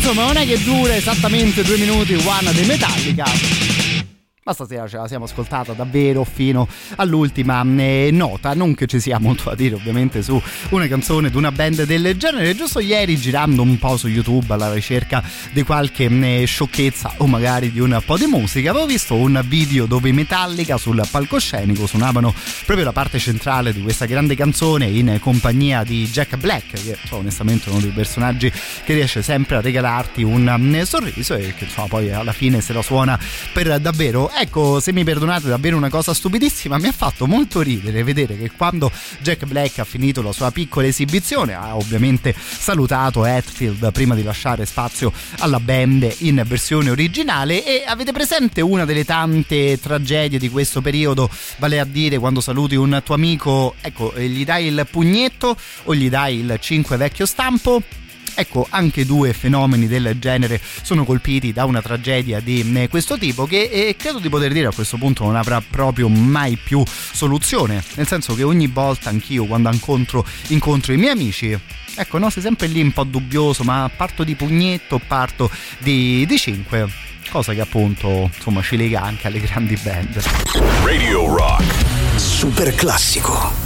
insomma non è che dura esattamente 2 minuti One dei Metallica, ma stasera ce la siamo ascoltata davvero fino all'ultima nota. Non che ci sia molto da dire ovviamente su una canzone di una band del genere. Giusto ieri, girando un po' su YouTube alla ricerca di qualche sciocchezza o magari di un po' di musica, avevo visto un video dove i Metallica sul palcoscenico suonavano proprio la parte centrale di questa grande canzone in compagnia di Jack Black, che onestamente è uno dei personaggi che riesce sempre a regalarti un sorriso e che insomma poi alla fine se la suona per davvero. Ecco, se mi perdonate, davvero una cosa stupidissima, mi ha fatto molto ridere vedere che quando Jack Black ha finito la sua piccola esibizione ha ovviamente salutato Hetfield prima di lasciare spazio alla band in versione originale. E avete presente una delle tante tragedie di questo periodo, vale a dire quando saluti un tuo amico, ecco, gli dai il pugnetto o gli dai il 5 vecchio stampo? Ecco, anche due fenomeni del genere sono colpiti da una tragedia di questo tipo che credo di poter dire a questo punto non avrà proprio mai più soluzione, nel senso che ogni volta anch'io quando incontro i miei amici, ecco, no, sei sempre lì un po' dubbioso, ma parto di pugnetto o parto di 5, cosa che appunto insomma ci lega anche alle grandi band. Radio Rock Super classico.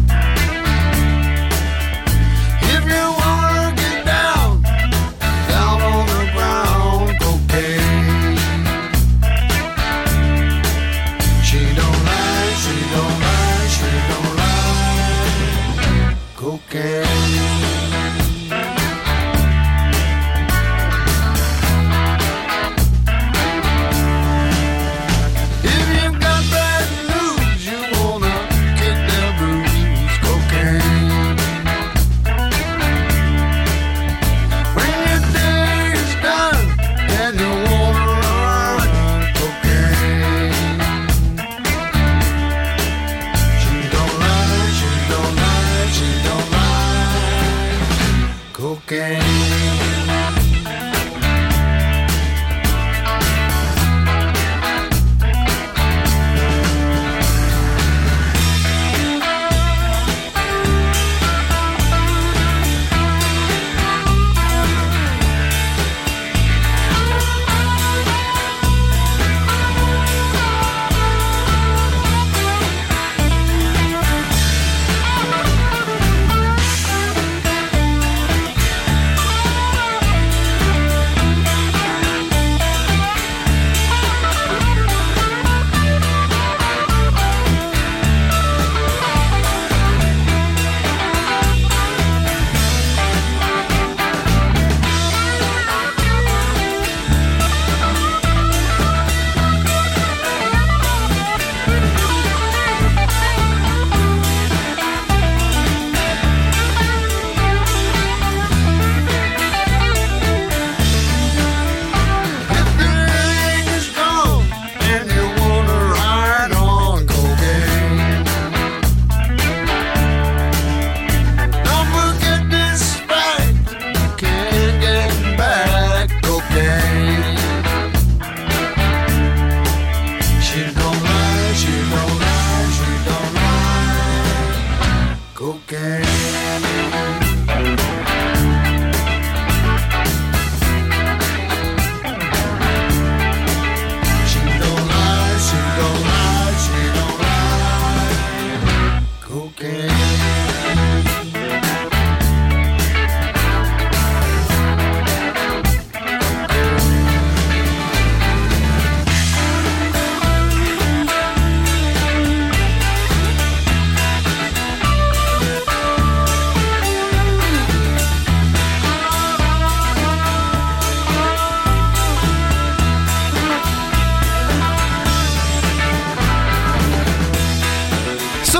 Down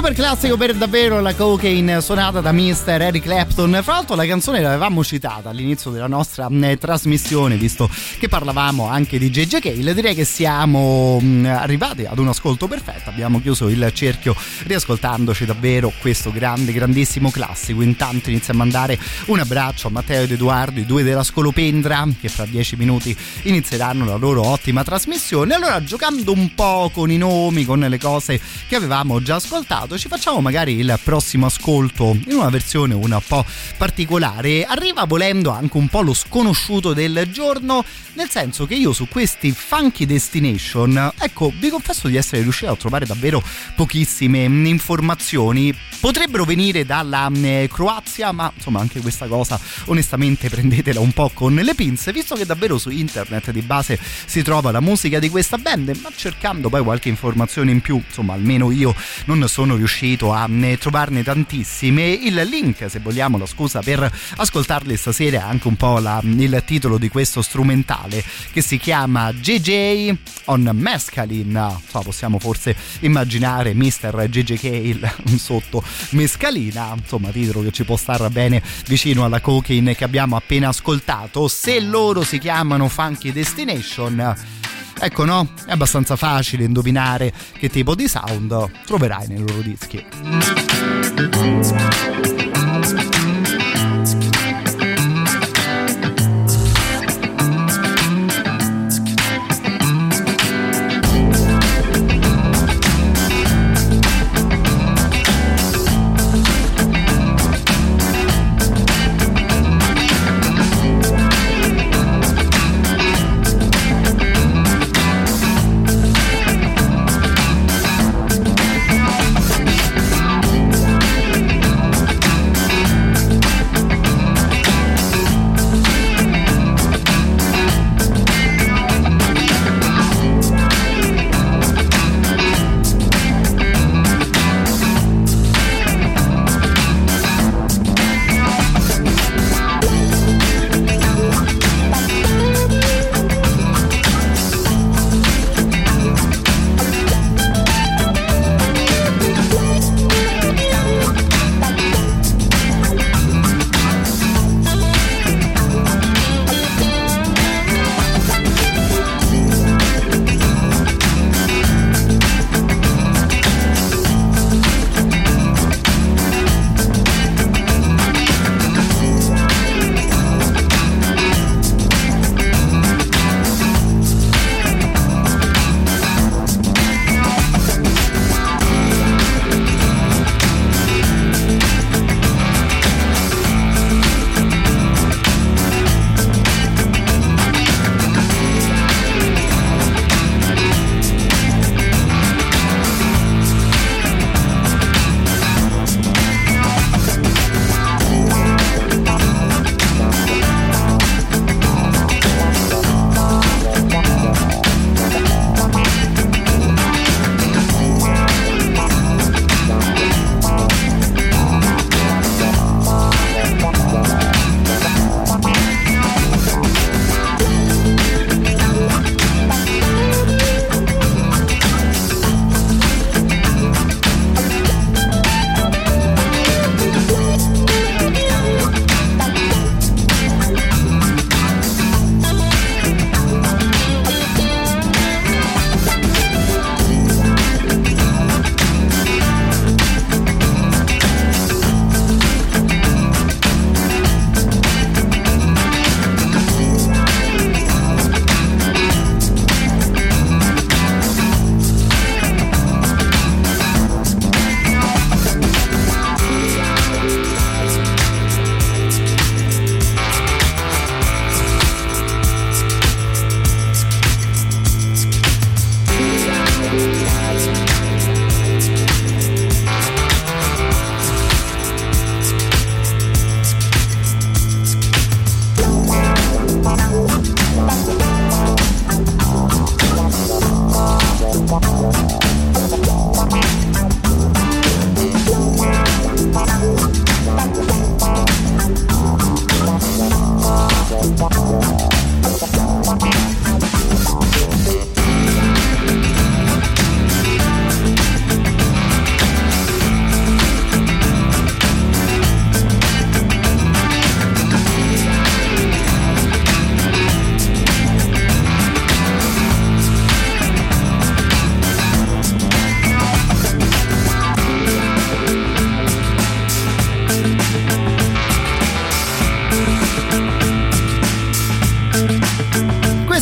super classico per davvero, la Cocaine, suonata da Mr. Eric Clapton. Fra l'altro la canzone l'avevamo citata all'inizio della nostra trasmissione, visto che parlavamo anche di JJ Cale. Direi che siamo arrivati ad un ascolto perfetto, abbiamo chiuso il cerchio riascoltandoci davvero questo grandissimo classico. Intanto inizia a mandare un abbraccio a Matteo ed Edoardo, i due della Scolopendra, che fra 10 minuti inizieranno la loro ottima trasmissione. Allora, giocando un po' con i nomi, con le cose che avevamo già ascoltato, ci facciamo magari il prossimo ascolto in una versione un po' particolare. Arriva volendo anche un po' lo sconosciuto del giorno, nel senso che io su questi Funky Destination, ecco, vi confesso di essere riuscito a trovare davvero pochissime informazioni. Potrebbero venire dalla Croazia, ma insomma anche questa cosa onestamente prendetela un po' con le pinze, visto che davvero su internet di base si trova la musica di questa band, ma cercando poi qualche informazione in più, insomma almeno io non sono riuscito a trovarne tantissime. Il link, se vogliamo, la scusa per ascoltarli stasera, è anche un po' il titolo di questo strumentale che si chiama JJ on Mescaline. Possiamo forse immaginare Mr. JJ Cale sotto mescalina, insomma titolo che ci può stare bene vicino alla Cocaine che abbiamo appena ascoltato. Se loro si chiamano Funky Destination, ecco, no? È abbastanza facile indovinare che tipo di sound troverai nei loro dischi.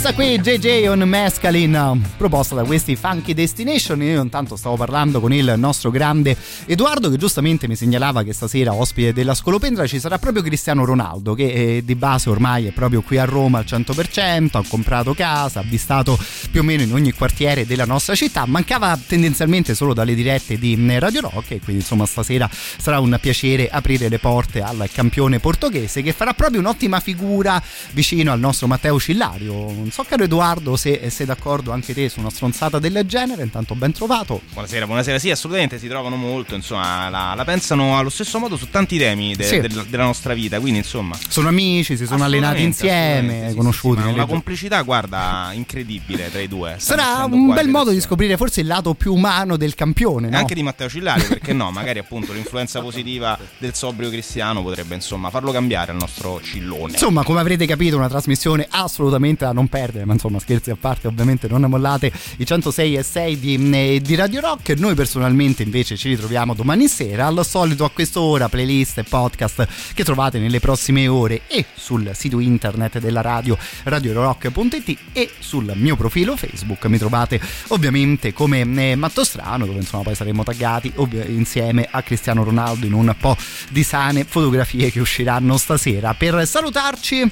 Questa qui JJ on Mescaline, proposta da questi Funky Destination. Io intanto stavo parlando con il nostro grande Edoardo, che giustamente mi segnalava che stasera ospite della Scolopendra ci sarà proprio Cristiano Ronaldo, che di base ormai è proprio qui a Roma al 100%, ha comprato casa, ha avvistato più o meno in ogni quartiere della nostra città. Mancava tendenzialmente solo dalle dirette di Radio Rock, e quindi insomma stasera sarà un piacere aprire le porte al campione portoghese, che farà proprio un'ottima figura vicino al nostro Matteo Cillario. Non so, caro Edoardo, se sei d'accordo anche te su una stronzata del genere. Intanto ben trovato. Buonasera, sì, assolutamente, si trovano molto, insomma, la pensano allo stesso modo su tanti temi della nostra vita, quindi insomma sono amici, si sono allenati insieme, conosciuti. Sì, una complicità, guarda, incredibile tra i due. Sarà un bel modo di scoprire forse il lato più umano del campione, no? Anche di Matteo Cillario, perché no? Magari appunto l'influenza positiva del sobrio Cristiano potrebbe insomma farlo cambiare al nostro Cillone. Insomma, come avrete capito, una trasmissione assolutamente da non perdere, ma insomma scherzi a parte, ovviamente non mollate i 106.6 di Radio Rock. Noi personalmente invece ci ritroviamo domani sera al solito a quest'ora, playlist e podcast che trovate nelle prossime ore e sul sito internet della radio, radiorock.it, e sul mio profilo Facebook mi trovate ovviamente come Mattostrano, dove insomma poi saremo taggati insieme a Cristiano Ronaldo in un po' di sane fotografie che usciranno stasera. Per salutarci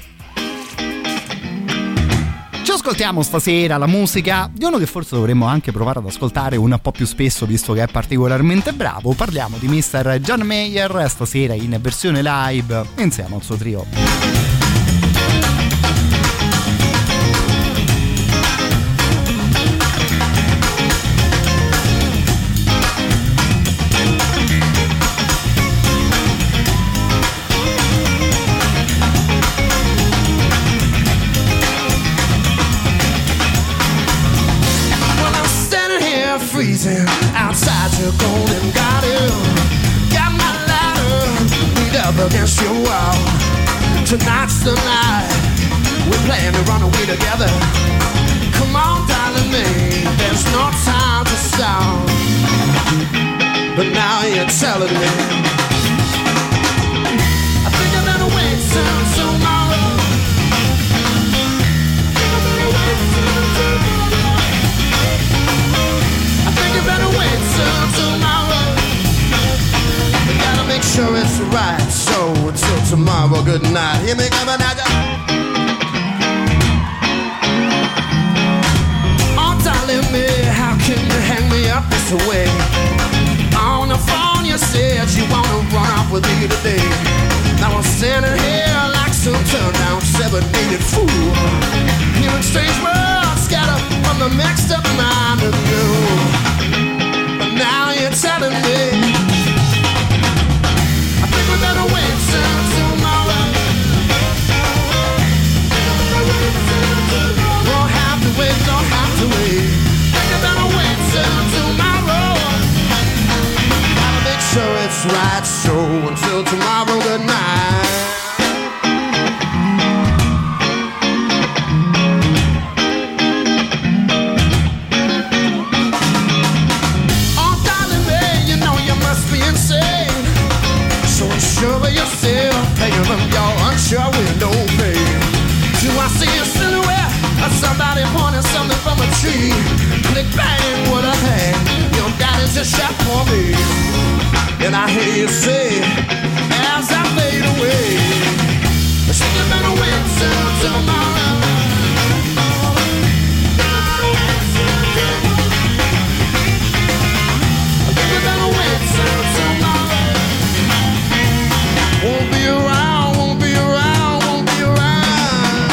ci ascoltiamo stasera la musica di uno che forse dovremmo anche provare ad ascoltare un po' più spesso, visto che è particolarmente bravo. Parliamo di Mr. John Mayer, stasera in versione live insieme al suo trio. Freezing outside your golden garden. Got my ladder leaned up against your wall. Tonight's the night we plan to run away together. Come on, darling, me, there's no time to stop. But now you're telling me I think I better wait till tomorrow. Better wait till tomorrow. We gotta make sure it's right. So until tomorrow, good night. Hear me coming at ya. Oh, darling, me, how can you hang me up this way? On the phone you said you wanna run off with me today. Now I'm standing here like some turned down 7-8 fool, hearing strange words scattered from the mixed up mind of you. Now you're telling me I think we better wait till tomorrow. Don't have to wait, don't have to wait. Think we better wait till tomorrow. Gotta make sure it's right. So until tomorrow, good night. Sure of yourself, paying them your unsure window pay. Do I see a silhouette of somebody pointing something from a tree? Click bang with a hand, your guidance is shot for me. And I hear you say, as I fade away, I think you better wait till tomorrow. I think you better wait till tomorrow. Won't be around, won't be around, won't be around.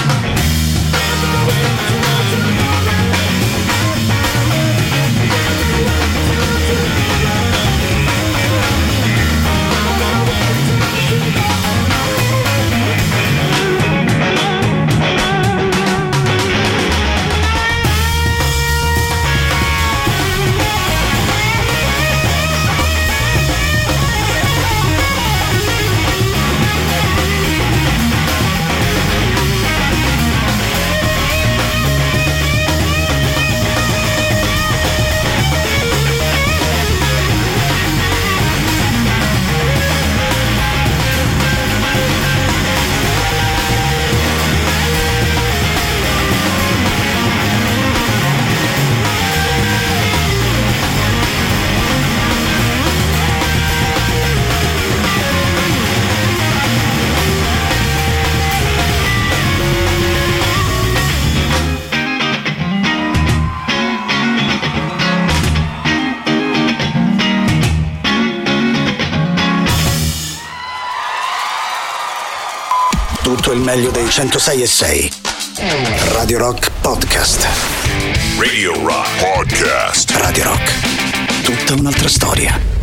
tutto il meglio dei 106.6. Radio Rock Podcast. Radio Rock Podcast. Radio Rock. Tutta un'altra storia.